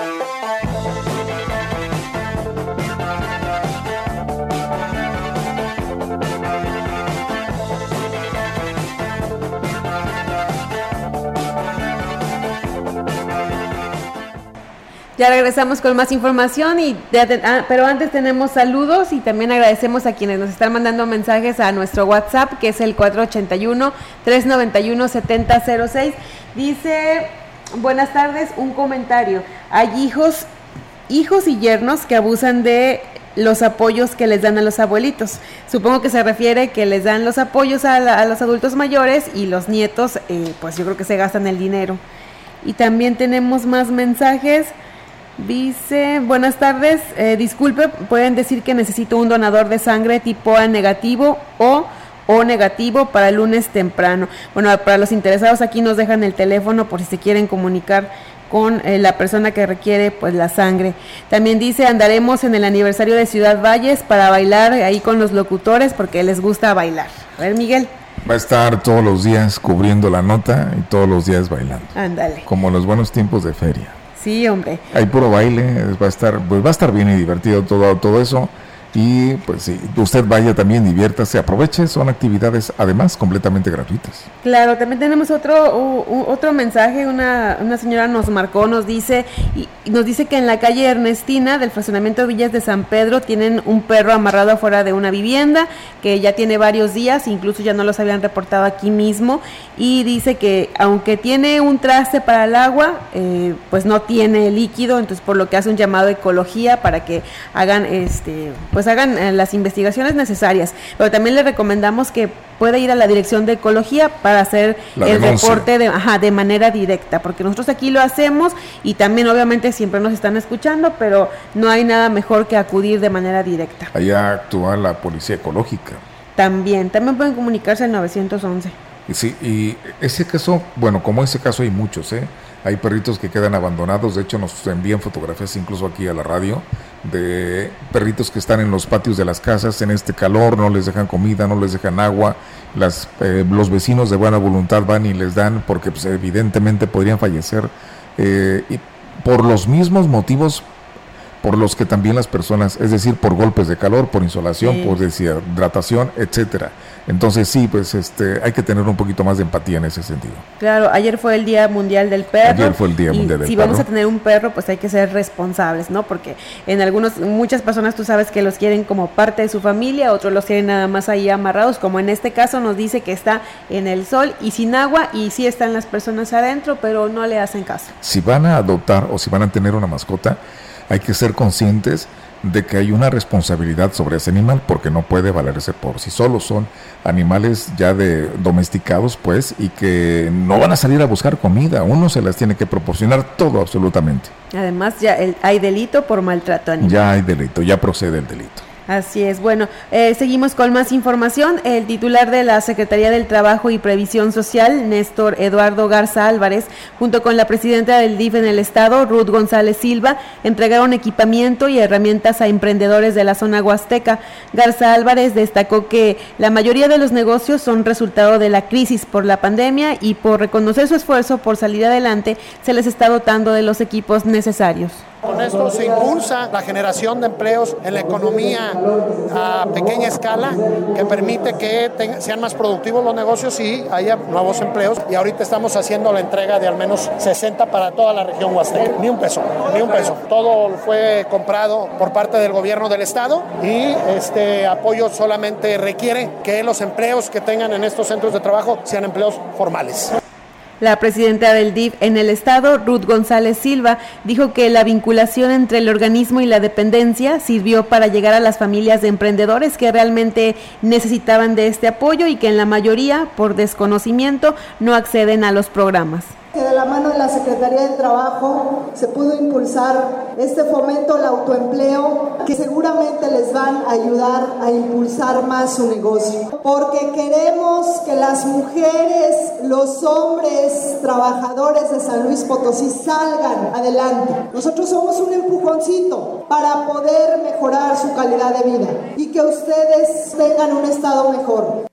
Ya regresamos con más información, pero antes tenemos saludos y también agradecemos a quienes nos están mandando mensajes a nuestro WhatsApp, que es el 481-391-7006. Dice, buenas tardes, un comentario. Hay hijos y yernos que abusan de los apoyos que les dan a los abuelitos. Supongo que se refiere que les dan los apoyos a los adultos mayores y los nietos, pues yo creo que se gastan el dinero. Y también tenemos más mensajes. Dice, buenas tardes, disculpe, pueden decir que necesito un donador de sangre tipo A negativo o o negativo para el lunes temprano. Bueno, para los interesados aquí nos dejan el teléfono por si se quieren comunicar con la persona que requiere pues la sangre. También dice, andaremos en el aniversario de Ciudad Valles para bailar ahí con los locutores porque les gusta bailar. A ver, Miguel. Va a estar todos los días cubriendo la nota y todos los días bailando. Ándale. Como en los buenos tiempos de feria. Sí, hombre. Hay puro baile, va a estar bien y divertido todo eso. Y pues sí, usted vaya también, diviértase, aproveche, son actividades además completamente gratuitas. Claro, también tenemos otro mensaje, una señora nos marcó, nos dice que en la calle Ernestina del fraccionamiento Villas de San Pedro tienen un perro amarrado afuera de una vivienda que ya tiene varios días, incluso ya no los habían reportado aquí mismo, y dice que aunque tiene un traste para el agua, pues no tiene líquido, entonces por lo que hace un llamado a Ecología para que hagan hagan las investigaciones necesarias, pero también le recomendamos que pueda ir a la dirección de Ecología para hacer el reporte de manera directa, porque nosotros aquí lo hacemos y también obviamente siempre nos están escuchando, pero no hay nada mejor que acudir de manera directa. Allá actúa la Policía Ecológica. También pueden comunicarse al 911. Sí, y ese caso, bueno, como ese caso hay muchos, hay perritos que quedan abandonados, de hecho nos envían fotografías incluso aquí a la radio, de perritos que están en los patios de las casas en este calor, no les dejan comida, no les dejan agua, los vecinos de buena voluntad van y les dan porque pues, evidentemente podrían fallecer y por los mismos motivos por los que también las personas, es decir, por golpes de calor, por insolación, por deshidratación, etcétera. Entonces sí, pues hay que tener un poquito más de empatía en ese sentido. Claro, ayer fue el Día Mundial del Perro. Ayer fue el Día Mundial del Perro. Si vamos a tener un perro, pues hay que ser responsables, ¿no? Porque muchas personas tú sabes que los quieren como parte de su familia, otros los quieren nada más ahí amarrados, como en este caso nos dice que está en el sol y sin agua y sí están las personas adentro, pero no le hacen caso. Si van a adoptar o si van a tener una mascota, hay que ser conscientes de que hay una responsabilidad sobre ese animal porque no puede valerse por sí solo. Son animales ya domesticados pues y que no van a salir a buscar comida, uno se las tiene que proporcionar todo absolutamente. Además ya hay delito por maltrato animal. Ya hay delito, ya procede el delito. Así es. Bueno, seguimos con más información. El titular de la Secretaría del Trabajo y Previsión Social, Néstor Eduardo Garza Álvarez, junto con la presidenta del DIF en el estado, Ruth González Silva, entregaron equipamiento y herramientas a emprendedores de la zona huasteca. Garza Álvarez destacó que la mayoría de los negocios son resultado de la crisis por la pandemia y por reconocer su esfuerzo por salir adelante, se les está dotando de los equipos necesarios. Con esto se impulsa la generación de empleos en la economía a pequeña escala, que permite que sean más productivos los negocios y haya nuevos empleos. Y ahorita estamos haciendo la entrega de al menos 60 para toda la región huasteca. Ni un peso. Todo fue comprado por parte del gobierno del estado y este apoyo solamente requiere que los empleos que tengan en estos centros de trabajo sean empleos formales. La presidenta del DIF en el estado, Ruth González Silva, dijo que la vinculación entre el organismo y la dependencia sirvió para llegar a las familias de emprendedores que realmente necesitaban de este apoyo y que en la mayoría, por desconocimiento, no acceden a los programas. Que de la mano de la Secretaría del Trabajo se pudo impulsar este fomento al autoempleo que seguramente les van a ayudar a impulsar más su negocio. Porque queremos que las mujeres, los hombres, trabajadores de San Luis Potosí salgan adelante. Nosotros somos un empujoncito para poder mejorar su calidad de vida y que ustedes tengan un estado mejor.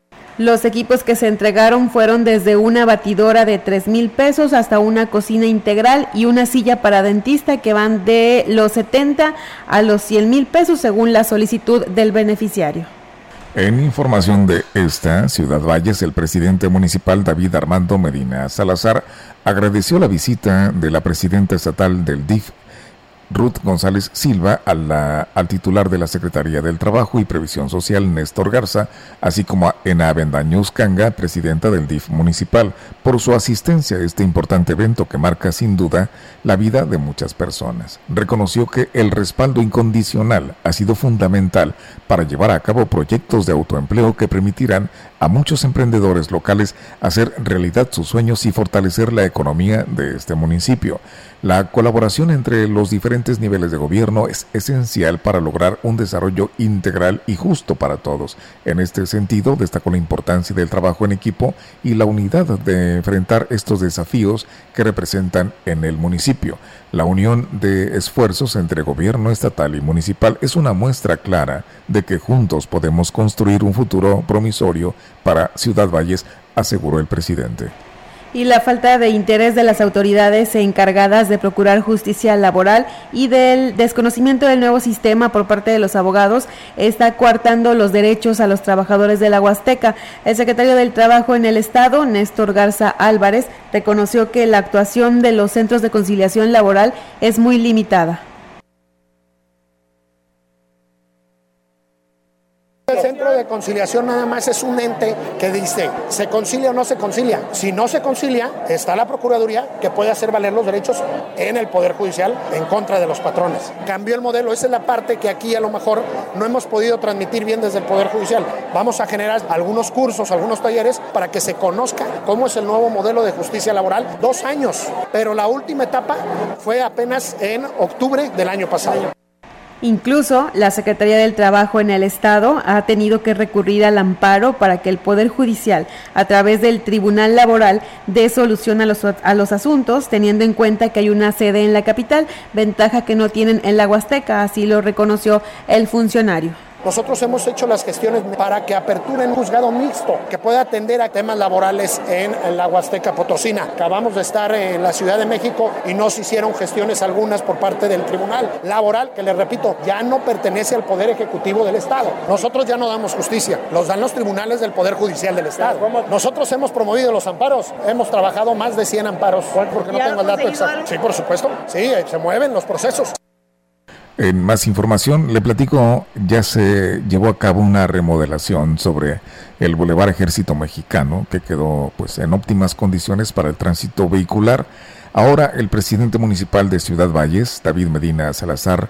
Los equipos que se entregaron fueron desde una batidora de 3,000 pesos hasta una cocina integral y una silla para dentista que van de los 70 a los 100,000 pesos según la solicitud del beneficiario. En información de esta Ciudad Valles, el presidente municipal David Armando Medina Salazar agradeció la visita de la presidenta estatal del DIF, Ruth González Silva, al titular de la Secretaría del Trabajo y Previsión Social, Néstor Garza, así como a Ena Avendaño Canga, presidenta del DIF municipal, por su asistencia a este importante evento que marca sin duda la vida de muchas personas. Reconoció que el respaldo incondicional ha sido fundamental para llevar a cabo proyectos de autoempleo que permitirán a muchos emprendedores locales a hacer realidad sus sueños y fortalecer la economía de este municipio. La colaboración entre los diferentes niveles de gobierno es esencial para lograr un desarrollo integral y justo para todos. En este sentido, destacó la importancia del trabajo en equipo y la unidad de enfrentar estos desafíos que representan en el municipio. La unión de esfuerzos entre gobierno estatal y municipal es una muestra clara de que juntos podemos construir un futuro promisorio para Ciudad Valles, aseguró el presidente. Y la falta de interés de las autoridades encargadas de procurar justicia laboral y del desconocimiento del nuevo sistema por parte de los abogados está coartando los derechos a los trabajadores de la Huasteca. El secretario del Trabajo en el Estado, Néstor Garza Álvarez, reconoció que la actuación de los centros de conciliación laboral es muy limitada. El centro de conciliación nada más es un ente que dice, ¿se concilia o no se concilia? Si no se concilia, está la Procuraduría que puede hacer valer los derechos en el Poder Judicial en contra de los patrones. Cambió el modelo, esa es la parte que aquí a lo mejor no hemos podido transmitir bien desde el Poder Judicial. Vamos a generar algunos cursos, algunos talleres para que se conozca cómo es el nuevo modelo de justicia laboral. 2 años, pero la última etapa fue apenas en octubre del año pasado. Incluso la Secretaría del Trabajo en el Estado ha tenido que recurrir al amparo para que el Poder Judicial, a través del Tribunal Laboral, dé solución a los asuntos, teniendo en cuenta que hay una sede en la capital, ventaja que no tienen en la Huasteca, así lo reconoció el funcionario. Nosotros hemos hecho las gestiones para que aperturen un juzgado mixto que pueda atender a temas laborales en la Huasteca Potosina. Acabamos de estar en la Ciudad de México y no se hicieron gestiones algunas por parte del Tribunal Laboral, que les repito, ya no pertenece al Poder Ejecutivo del Estado. Nosotros ya no damos justicia, los dan los tribunales del Poder Judicial del Estado. Nosotros hemos promovido los amparos, hemos trabajado más de 100 amparos, porque no tengo el dato exacto. Sí, por supuesto, sí, se mueven los procesos. En más información, le platico, ya se llevó a cabo una remodelación sobre el Boulevard Ejército Mexicano, que quedó pues en óptimas condiciones para el tránsito vehicular. Ahora el presidente municipal de Ciudad Valles, David Medina Salazar,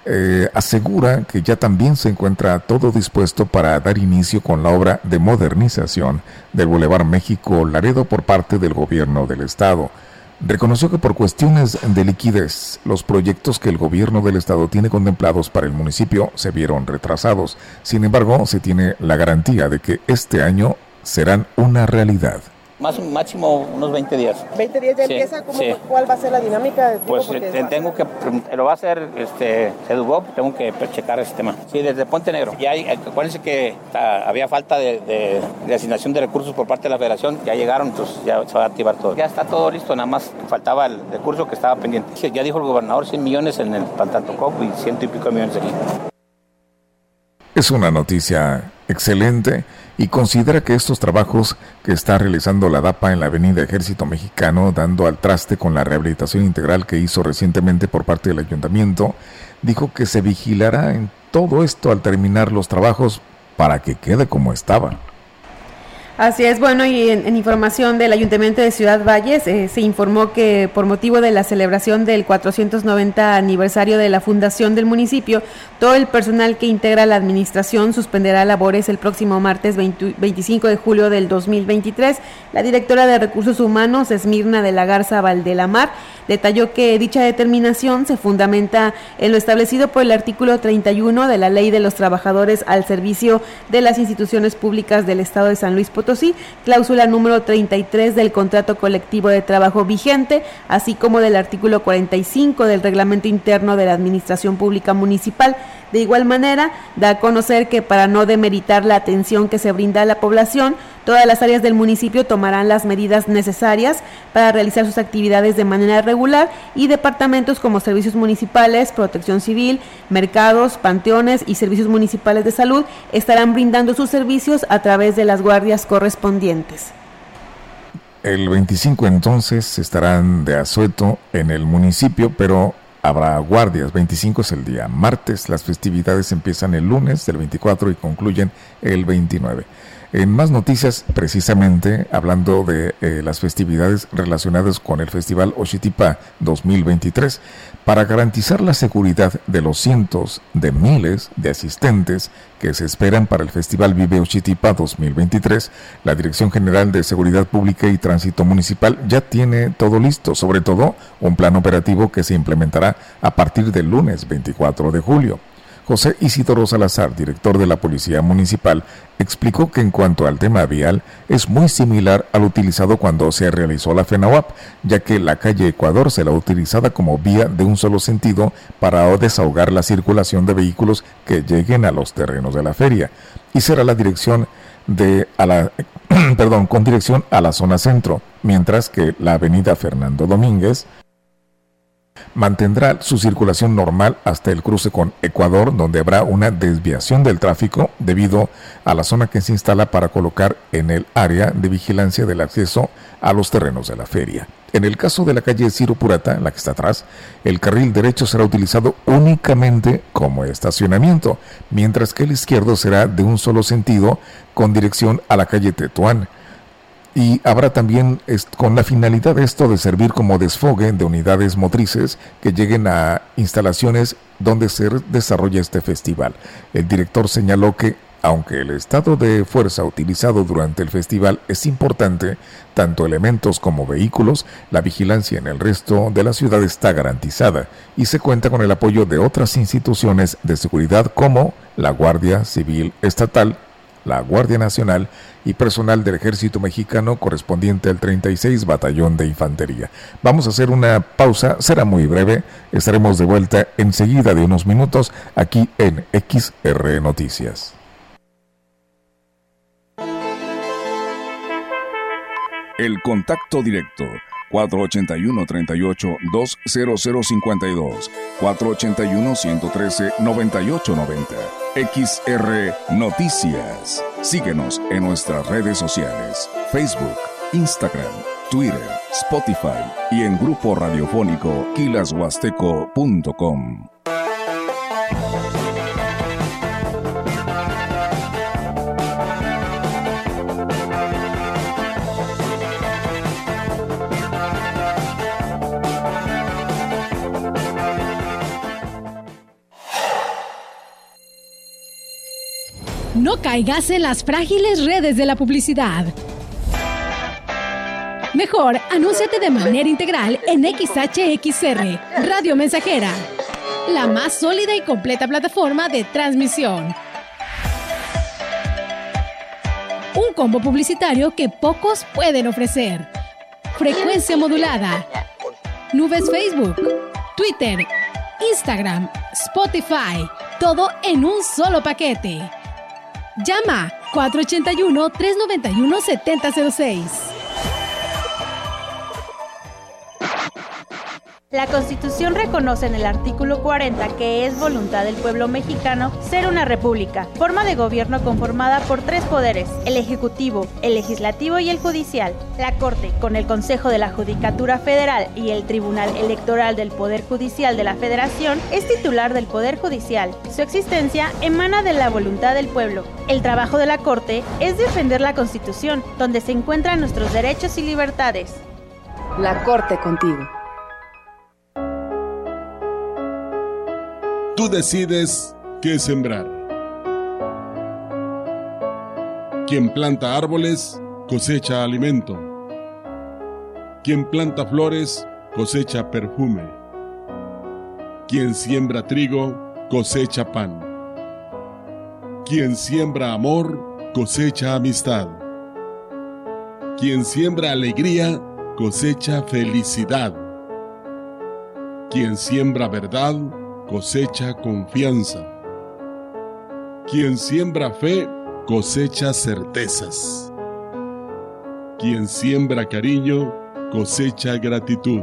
asegura que ya también se encuentra todo dispuesto para dar inicio con la obra de modernización del Boulevard México Laredo por parte del gobierno del estado. Reconoció que por cuestiones de liquidez, los proyectos que el gobierno del estado tiene contemplados para el municipio se vieron retrasados. Sin embargo, se tiene la garantía de que este año serán una realidad. Máximo unos 20 días. 20 días ya sí, empieza, ¿cómo, sí. ¿Cuál va a ser la dinámica? Pues tengo que, lo va a hacer Sedubop, tengo que checar ese tema. Sí, desde Puente Negro. Ya acuérdense que había falta de asignación de recursos por parte de la federación, ya llegaron, entonces ya se va a activar todo. Ya está todo listo, nada más faltaba el recurso que estaba pendiente. Ya dijo el gobernador 100 millones en el Pantantocop y 100 y pico millones aquí. Es una noticia excelente y considera que estos trabajos que está realizando la DAPA en la Avenida Ejército Mexicano, dando al traste con la rehabilitación integral que hizo recientemente por parte del ayuntamiento, dijo que se vigilará en todo esto al terminar los trabajos para que quede como estaba. Así es, bueno, y en información del Ayuntamiento de Ciudad Valles, se informó que por motivo de la celebración del 490 aniversario de la fundación del municipio, todo el personal que integra la administración suspenderá labores el próximo martes 25 de julio del 2023. La directora de Recursos Humanos, Esmirna de la Garza Valdelamar, detalló que dicha determinación se fundamenta en lo establecido por el artículo 31 de la Ley de los Trabajadores al Servicio de las Instituciones Públicas del Estado de San Luis Potosí, cláusula número 33 del contrato colectivo de trabajo vigente, así como del artículo 45 del reglamento interno de la Administración Pública Municipal. De igual manera, da a conocer que para no demeritar la atención que se brinda a la población, todas las áreas del municipio tomarán las medidas necesarias para realizar sus actividades de manera regular y departamentos como servicios municipales, protección civil, mercados, panteones y servicios municipales de salud estarán brindando sus servicios a través de las guardias correspondientes. El 25 entonces estarán de asueto en el municipio, pero habrá guardias. 25 es el día martes, las festividades empiezan el lunes del 24 y concluyen el 29. En más noticias, precisamente hablando de las festividades relacionadas con el Festival Oxitipa 2023, para garantizar la seguridad de los cientos de miles de asistentes que se esperan para el Festival Vive Oxitipa 2023, la Dirección General de Seguridad Pública y Tránsito Municipal ya tiene todo listo, sobre todo un plan operativo que se implementará a partir del lunes 24 de julio. José Isidoro Salazar, director de la Policía Municipal, explicó que en cuanto al tema vial es muy similar al utilizado cuando se realizó la FENAUAP, ya que la calle Ecuador será utilizada como vía de un solo sentido para desahogar la circulación de vehículos que lleguen a los terrenos de la feria, y será la dirección con dirección a la zona centro, mientras que la avenida Fernando Domínguez mantendrá su circulación normal hasta el cruce con Ecuador, donde habrá una desviación del tráfico debido a la zona que se instala para colocar en el área de vigilancia del acceso a los terrenos de la feria. En el caso de la calle Ciro Purata, la que está atrás, el carril derecho será utilizado únicamente como estacionamiento, mientras que el izquierdo será de un solo sentido con dirección a la calle Tetuán. Y habrá también, con la finalidad de esto, de servir como desfogue de unidades motrices que lleguen a instalaciones donde se desarrolla este festival. El director señaló que, aunque el estado de fuerza utilizado durante el festival es importante, tanto elementos como vehículos, la vigilancia en el resto de la ciudad está garantizada y se cuenta con el apoyo de otras instituciones de seguridad como la Guardia Civil Estatal, la Guardia Nacional y personal del Ejército Mexicano correspondiente al 36 Batallón de Infantería. Vamos a hacer una pausa, será muy breve, estaremos de vuelta enseguida de unos minutos aquí en XR Noticias. El contacto directo 481-38-20052, 481-113-9890. XR Noticias. Síguenos en nuestras redes sociales, Facebook, Instagram, Twitter, Spotify y en grupo radiofónico quilashuasteco.com. No caigas en las frágiles redes de la publicidad. Mejor, anúnciate de manera integral en XHXR, Radio Mensajera, la más sólida y completa plataforma de transmisión. Un combo publicitario que pocos pueden ofrecer. Frecuencia modulada, nubes Facebook, Twitter, Instagram, Spotify, todo en un solo paquete. Llama 481-391-7006. La Constitución reconoce en el artículo 40 que es voluntad del pueblo mexicano ser una república, forma de gobierno conformada por tres poderes, el Ejecutivo, el Legislativo y el Judicial. La Corte, con el Consejo de la Judicatura Federal y el Tribunal Electoral del Poder Judicial de la Federación, es titular del Poder Judicial. Su existencia emana de la voluntad del pueblo. El trabajo de la Corte es defender la Constitución, donde se encuentran nuestros derechos y libertades. La Corte contigo. Tú decides qué sembrar. Quien planta árboles, cosecha alimento. Quien planta flores, cosecha perfume. Quien siembra trigo, cosecha pan. Quien siembra amor, cosecha amistad. Quien siembra alegría, cosecha felicidad. Quien siembra verdad, cosecha confianza. Quien siembra fe, cosecha certezas. Quien siembra cariño, cosecha gratitud.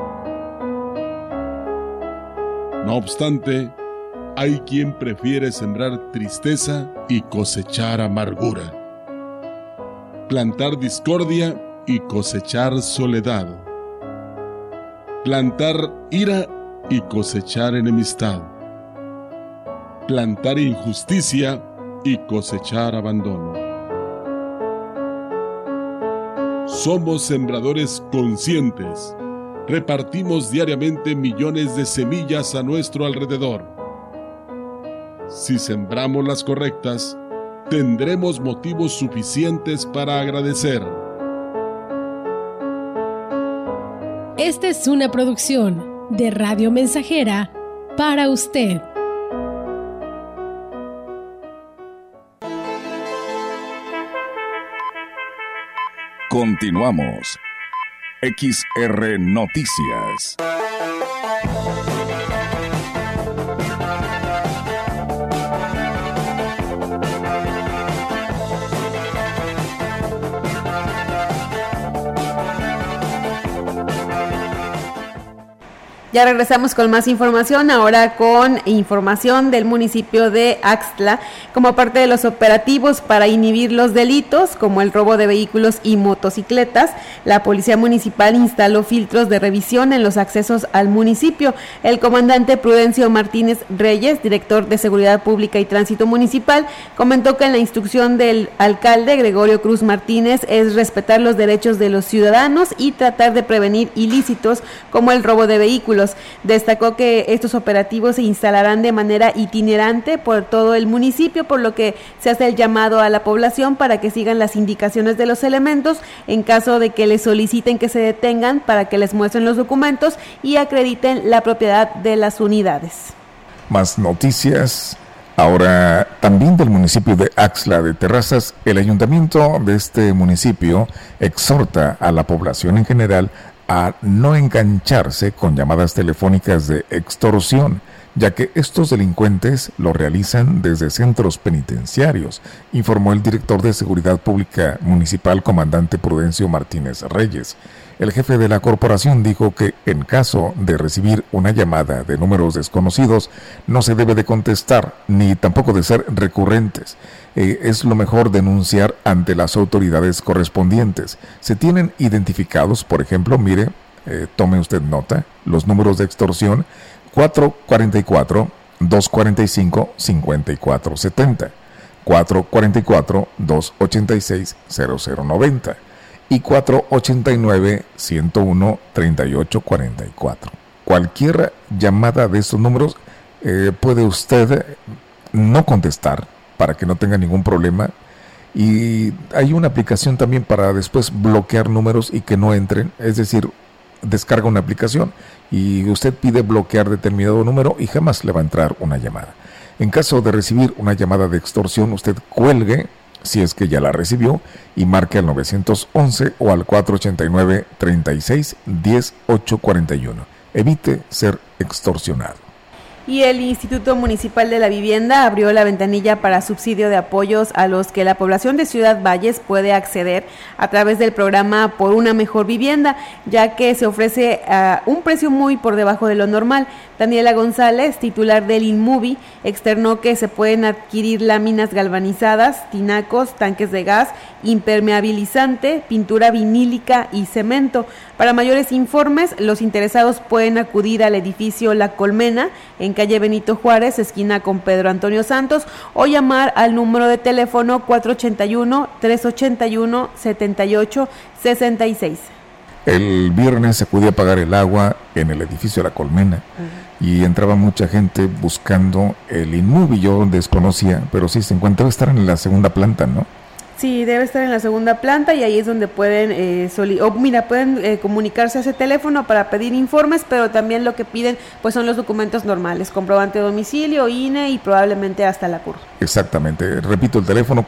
No obstante, hay quien prefiere sembrar tristeza y cosechar amargura. Plantar discordia y cosechar soledad. Plantar ira y cosechar enemistad. Plantar injusticia y cosechar abandono. Somos sembradores conscientes. Repartimos diariamente millones de semillas a nuestro alrededor. Si sembramos las correctas, tendremos motivos suficientes para agradecer. Esta es una producción de Radio Mensajera para usted. Continuamos. XR Noticias. Ya regresamos con más información, ahora con información del municipio de Axtla. Como parte de los operativos para inhibir los delitos, como el robo de vehículos y motocicletas, la Policía Municipal instaló filtros de revisión en los accesos al municipio. El comandante Prudencio Martínez Reyes, director de Seguridad Pública y Tránsito Municipal, comentó que en la instrucción del alcalde Gregorio Cruz Martínez es respetar los derechos de los ciudadanos y tratar de prevenir ilícitos como el robo de vehículos. Destacó que estos operativos se instalarán de manera itinerante por todo el municipio, por lo que se hace el llamado a la población para que sigan las indicaciones de los elementos en caso de que les soliciten que se detengan, para que les muestren los documentos y acrediten la propiedad de las unidades. Más noticias. Ahora, también del municipio de Axtla de Terrazas, el ayuntamiento de este municipio exhorta a la población en general a no engancharse con llamadas telefónicas de extorsión, ya que estos delincuentes lo realizan desde centros penitenciarios, informó el director de Seguridad Pública Municipal, comandante Prudencio Martínez Reyes. El jefe de la corporación dijo que en caso de recibir una llamada de números desconocidos, no se debe de contestar, ni tampoco de ser recurrentes. Es lo mejor denunciar ante las autoridades correspondientes. Se tienen identificados, por ejemplo, mire, tome usted nota, los números de extorsión 444-245-5470, 444-286-0090 y 489-101-3844. Cualquier llamada de estos números puede usted no contestar para que no tenga ningún problema, y hay una aplicación también para después bloquear números y que no entren, es decir, descarga una aplicación y usted pide bloquear determinado número y jamás le va a entrar una llamada. En caso de recibir una llamada de extorsión, usted cuelgue si es que ya la recibió y marque al 911 o al 489-36-10-841. Evite ser extorsionado. Y el Instituto Municipal de la Vivienda abrió la ventanilla para subsidio de apoyos a los que la población de Ciudad Valles puede acceder a través del programa Por una Mejor Vivienda, ya que se ofrece a un precio muy por debajo de lo normal. Daniela González, titular del INMUBI, externó que se pueden adquirir láminas galvanizadas, tinacos, tanques de gas, impermeabilizante, pintura vinílica y cemento. Para mayores informes, los interesados pueden acudir al edificio La Colmena, en calle Benito Juárez, esquina con Pedro Antonio Santos, o llamar al número de teléfono 481-381-7866. El viernes acudí a pagar el agua en el edificio La Colmena y entraba mucha gente buscando el INMUBI. Yo desconocía, pero sí se encuentra, debe estar en la segunda planta, ¿no? Sí, debe estar en la segunda planta y ahí es donde pueden pueden comunicarse a ese teléfono para pedir informes, pero también lo que piden pues son los documentos normales, comprobante de domicilio, INE y probablemente hasta la CUR. Exactamente, repito el teléfono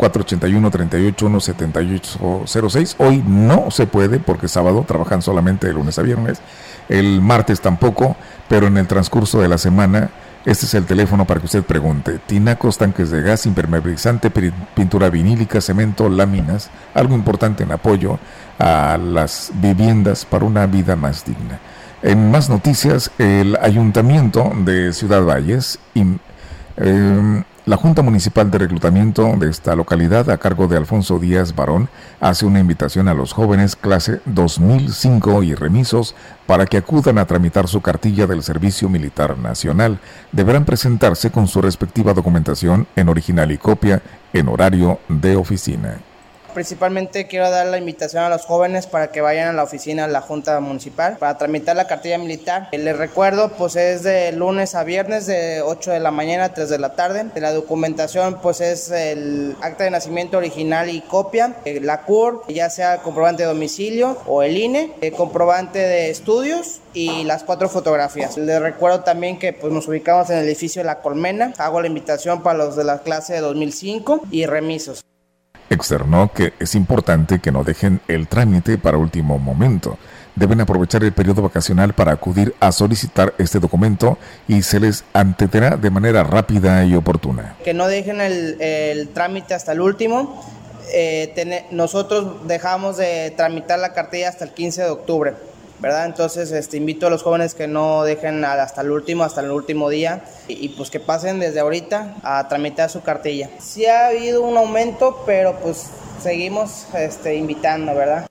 481-381-7806. Hoy no se puede porque sábado trabajan solamente de lunes a viernes, el martes tampoco, pero en el transcurso de la semana. Este es el teléfono para que usted pregunte. Tinacos, tanques de gas, impermeabilizante, pintura vinílica, cemento, láminas. Algo importante en apoyo a las viviendas para una vida más digna. En más noticias, el Ayuntamiento de Ciudad Valles la Junta Municipal de Reclutamiento de esta localidad, a cargo de Alfonso Díaz Barón, hace una invitación a los jóvenes clase 2005 y remisos para que acudan a tramitar su cartilla del Servicio Militar Nacional. Deberán presentarse con su respectiva documentación en original y copia en horario de oficina. principalmente quiero dar la invitación a los jóvenes para que vayan a la oficina de la Junta Municipal para tramitar la cartilla militar. Les recuerdo, pues es de lunes a viernes de 8 de la mañana a 3 de la tarde. La documentación pues es el acta de nacimiento original y copia, la CUR, ya sea comprobante de domicilio o el INE, el comprobante de estudios y las 4 fotografías. Les recuerdo también que pues nos ubicamos en el edificio La Colmena. Hago la invitación para los de la clase de 2005 y remisos. Externó que es importante que no dejen el trámite para último momento. Deben aprovechar el periodo vacacional para acudir a solicitar este documento y se les atenderá de manera rápida y oportuna. Que no dejen el trámite hasta el último. Nosotros dejamos de tramitar la cartilla hasta el 15 de octubre, ¿verdad? Entonces invito a los jóvenes que no dejen hasta el último día y pues que pasen desde ahorita a tramitar su cartilla. Sí ha habido un aumento, pero pues seguimos invitando, ¿verdad?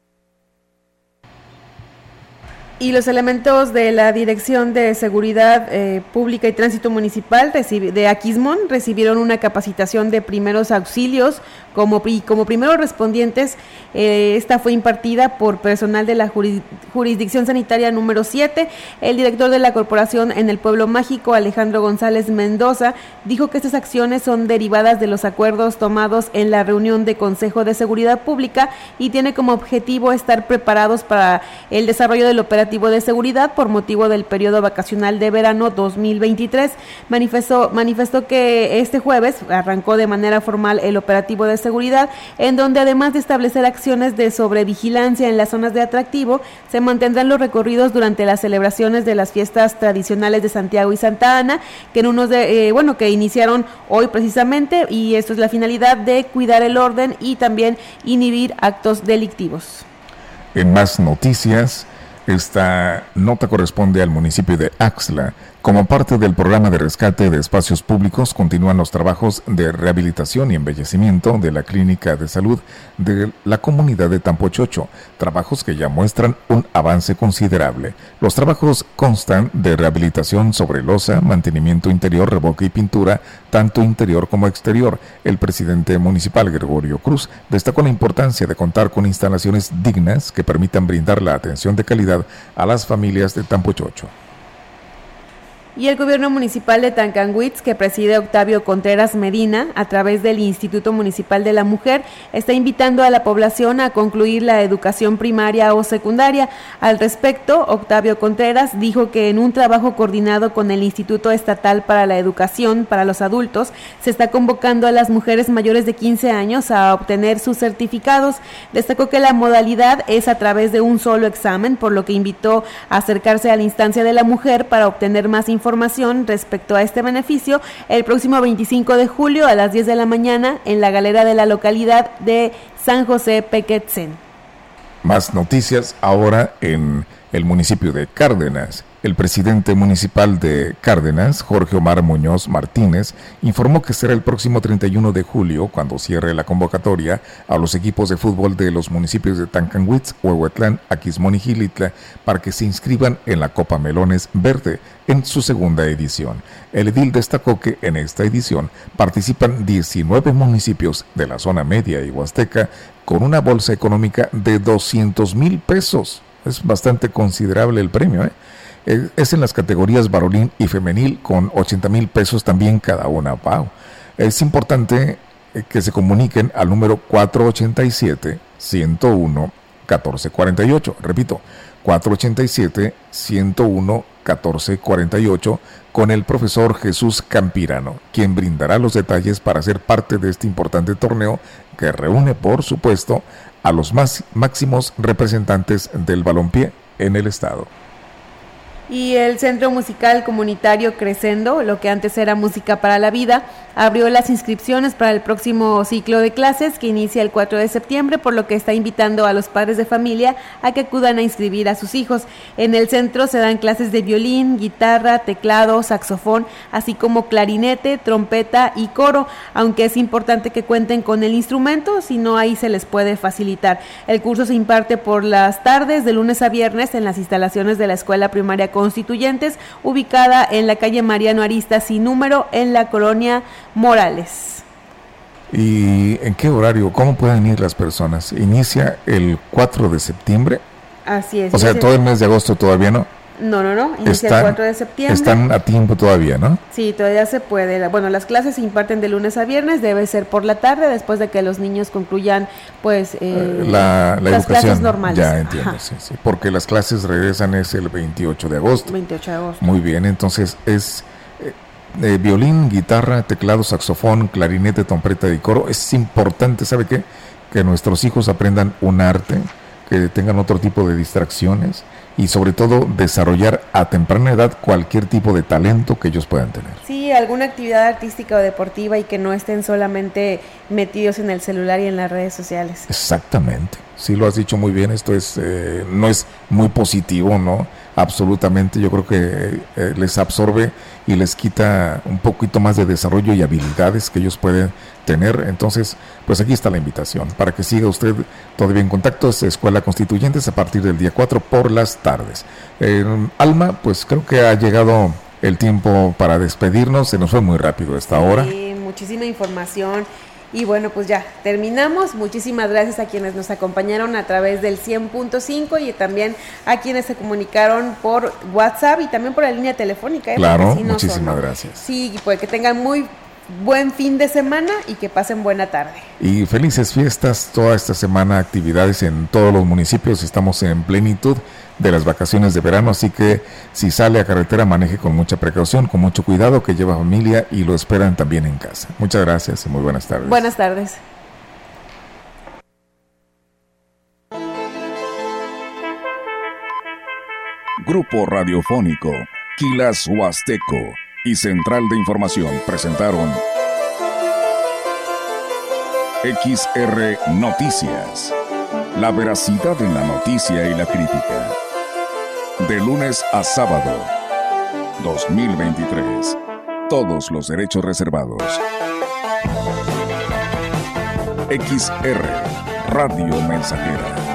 Y los elementos de la Dirección de Seguridad Pública y Tránsito Municipal de Aquismón recibieron una capacitación de primeros auxilios como primeros respondientes. Esta fue impartida por personal de la Jurisdicción Sanitaria número 7. El director de la corporación en el Pueblo Mágico, Alejandro González Mendoza, dijo que estas acciones son derivadas de los acuerdos tomados en la reunión de Consejo de Seguridad Pública y tiene como objetivo estar preparados para el desarrollo del operativo de seguridad por motivo del periodo vacacional de verano 2023. Manifestó que este jueves arrancó de manera formal el operativo de seguridad, en donde además de establecer acciones de sobrevigilancia en las zonas de atractivo, se mantendrán los recorridos durante las celebraciones de las fiestas tradicionales de Santiago y Santa Ana, que iniciaron hoy precisamente, y esto es la finalidad de cuidar el orden y también inhibir actos delictivos. En más noticias, esta nota corresponde al municipio de Axtla. Como parte del programa de rescate de espacios públicos, continúan los trabajos de rehabilitación y embellecimiento de la clínica de salud de la comunidad de Tampochocho, trabajos que ya muestran un avance considerable. Los trabajos constan de rehabilitación sobre losa, mantenimiento interior, revoque y pintura, tanto interior como exterior. El presidente municipal, Gregorio Cruz, destacó la importancia de contar con instalaciones dignas que permitan brindar la atención de calidad a las familias de Tampochocho. Y el gobierno municipal de Tancanwitz, que preside Octavio Contreras Medina, a través del Instituto Municipal de la Mujer, está invitando a la población a concluir la educación primaria o secundaria. Al respecto, Octavio Contreras dijo que en un trabajo coordinado con el Instituto Estatal para la Educación para los Adultos, se está convocando a las mujeres mayores de 15 años a obtener sus certificados. Destacó que la modalidad es a través de un solo examen, por lo que invitó a acercarse a la instancia de la mujer para obtener más información respecto a este beneficio el próximo 25 de julio a las 10 de la mañana en la galera de la localidad de San José Pequetzen. Más noticias ahora en el municipio de Cárdenas. El presidente municipal de Cárdenas, Jorge Omar Muñoz Martínez, informó que será el próximo 31 de julio cuando cierre la convocatoria a los equipos de fútbol de los municipios de Tancanwitz, Huehuetlán, Aquismón y Gilitla para que se inscriban en la Copa Melones Verde en su segunda edición. El edil destacó que en esta edición participan 19 municipios de la zona media y huasteca con una bolsa económica de 200,000 pesos. Es bastante considerable el premio, Es en las categorías varonil y femenil con 80,000 pesos también cada una. Wow. Es importante que se comuniquen al número 487-101-1448. Repito, 487-101-1448 con el profesor Jesús Campirano, quien brindará los detalles para ser parte de este importante torneo que reúne, por supuesto, a los máximos representantes del balompié en el estado. Y el Centro Musical Comunitario Crescendo, lo que antes era Música para la Vida, abrió las inscripciones para el próximo ciclo de clases que inicia el 4 de septiembre, por lo que está invitando a los padres de familia a que acudan a inscribir a sus hijos. En el centro se dan clases de violín, guitarra, teclado, saxofón, así como clarinete, trompeta y coro, aunque es importante que cuenten con el instrumento, si no ahí se les puede facilitar. El curso se imparte por las tardes de lunes a viernes en las instalaciones de la Escuela Primaria Constituyentes, ubicada en la calle Mariano Aristas sin número en la colonia Morales. ¿Y en qué horario? ¿Cómo pueden ir las personas? Inicia el 4 de septiembre. Así es. O sea, todo el mes de agosto todavía no. No, inicia el 4 de septiembre. Están a tiempo todavía, ¿no? Sí, todavía se puede. Bueno, las clases se imparten de lunes a viernes, debe ser por la tarde, después de que los niños concluyan, pues, la las educación, clases normales. Ya entiendo, sí, porque las clases regresan es el 28 de agosto. 28 de agosto. Muy bien, entonces es violín, guitarra, teclado, saxofón, clarinete, trompeta y coro. Es importante, ¿sabe qué? Que nuestros hijos aprendan un arte, que tengan otro tipo de distracciones y sobre todo desarrollar a temprana edad cualquier tipo de talento que ellos puedan tener. Sí, alguna actividad artística o deportiva y que no estén solamente metidos en el celular y en las redes sociales. Exactamente, sí lo has dicho muy bien, esto es no es muy positivo, ¿no? Absolutamente, yo creo que les absorbe y les quita un poquito más de desarrollo y habilidades que ellos pueden tener. Entonces, pues aquí está la invitación para que siga usted todavía en contacto. Es Escuela Constituyentes a partir del día 4 por las tardes. Alma, pues creo que ha llegado el tiempo para despedirnos. Se nos fue muy rápido esta hora. Sí, muchísima información. Y bueno, pues ya terminamos. Muchísimas gracias a quienes nos acompañaron a través del 100.5 y también a quienes se comunicaron por WhatsApp y también por la línea telefónica. Claro, sí, muchísimas gracias. Sí, pues que tengan muy buen fin de semana y que pasen buena tarde. Y felices fiestas toda esta semana, actividades en todos los municipios. Estamos en plenitud de las vacaciones de verano, así que si sale a carretera maneje con mucha precaución, con mucho cuidado, que lleva familia y lo esperan también en casa. Muchas gracias y muy buenas tardes. Buenas tardes. Grupo Radiofónico Quilas Huasteco y Central de Información presentaron XR Noticias. La veracidad en la noticia y la crítica. De lunes a sábado, 2023. Todos los derechos reservados. XR Radio Mensajera.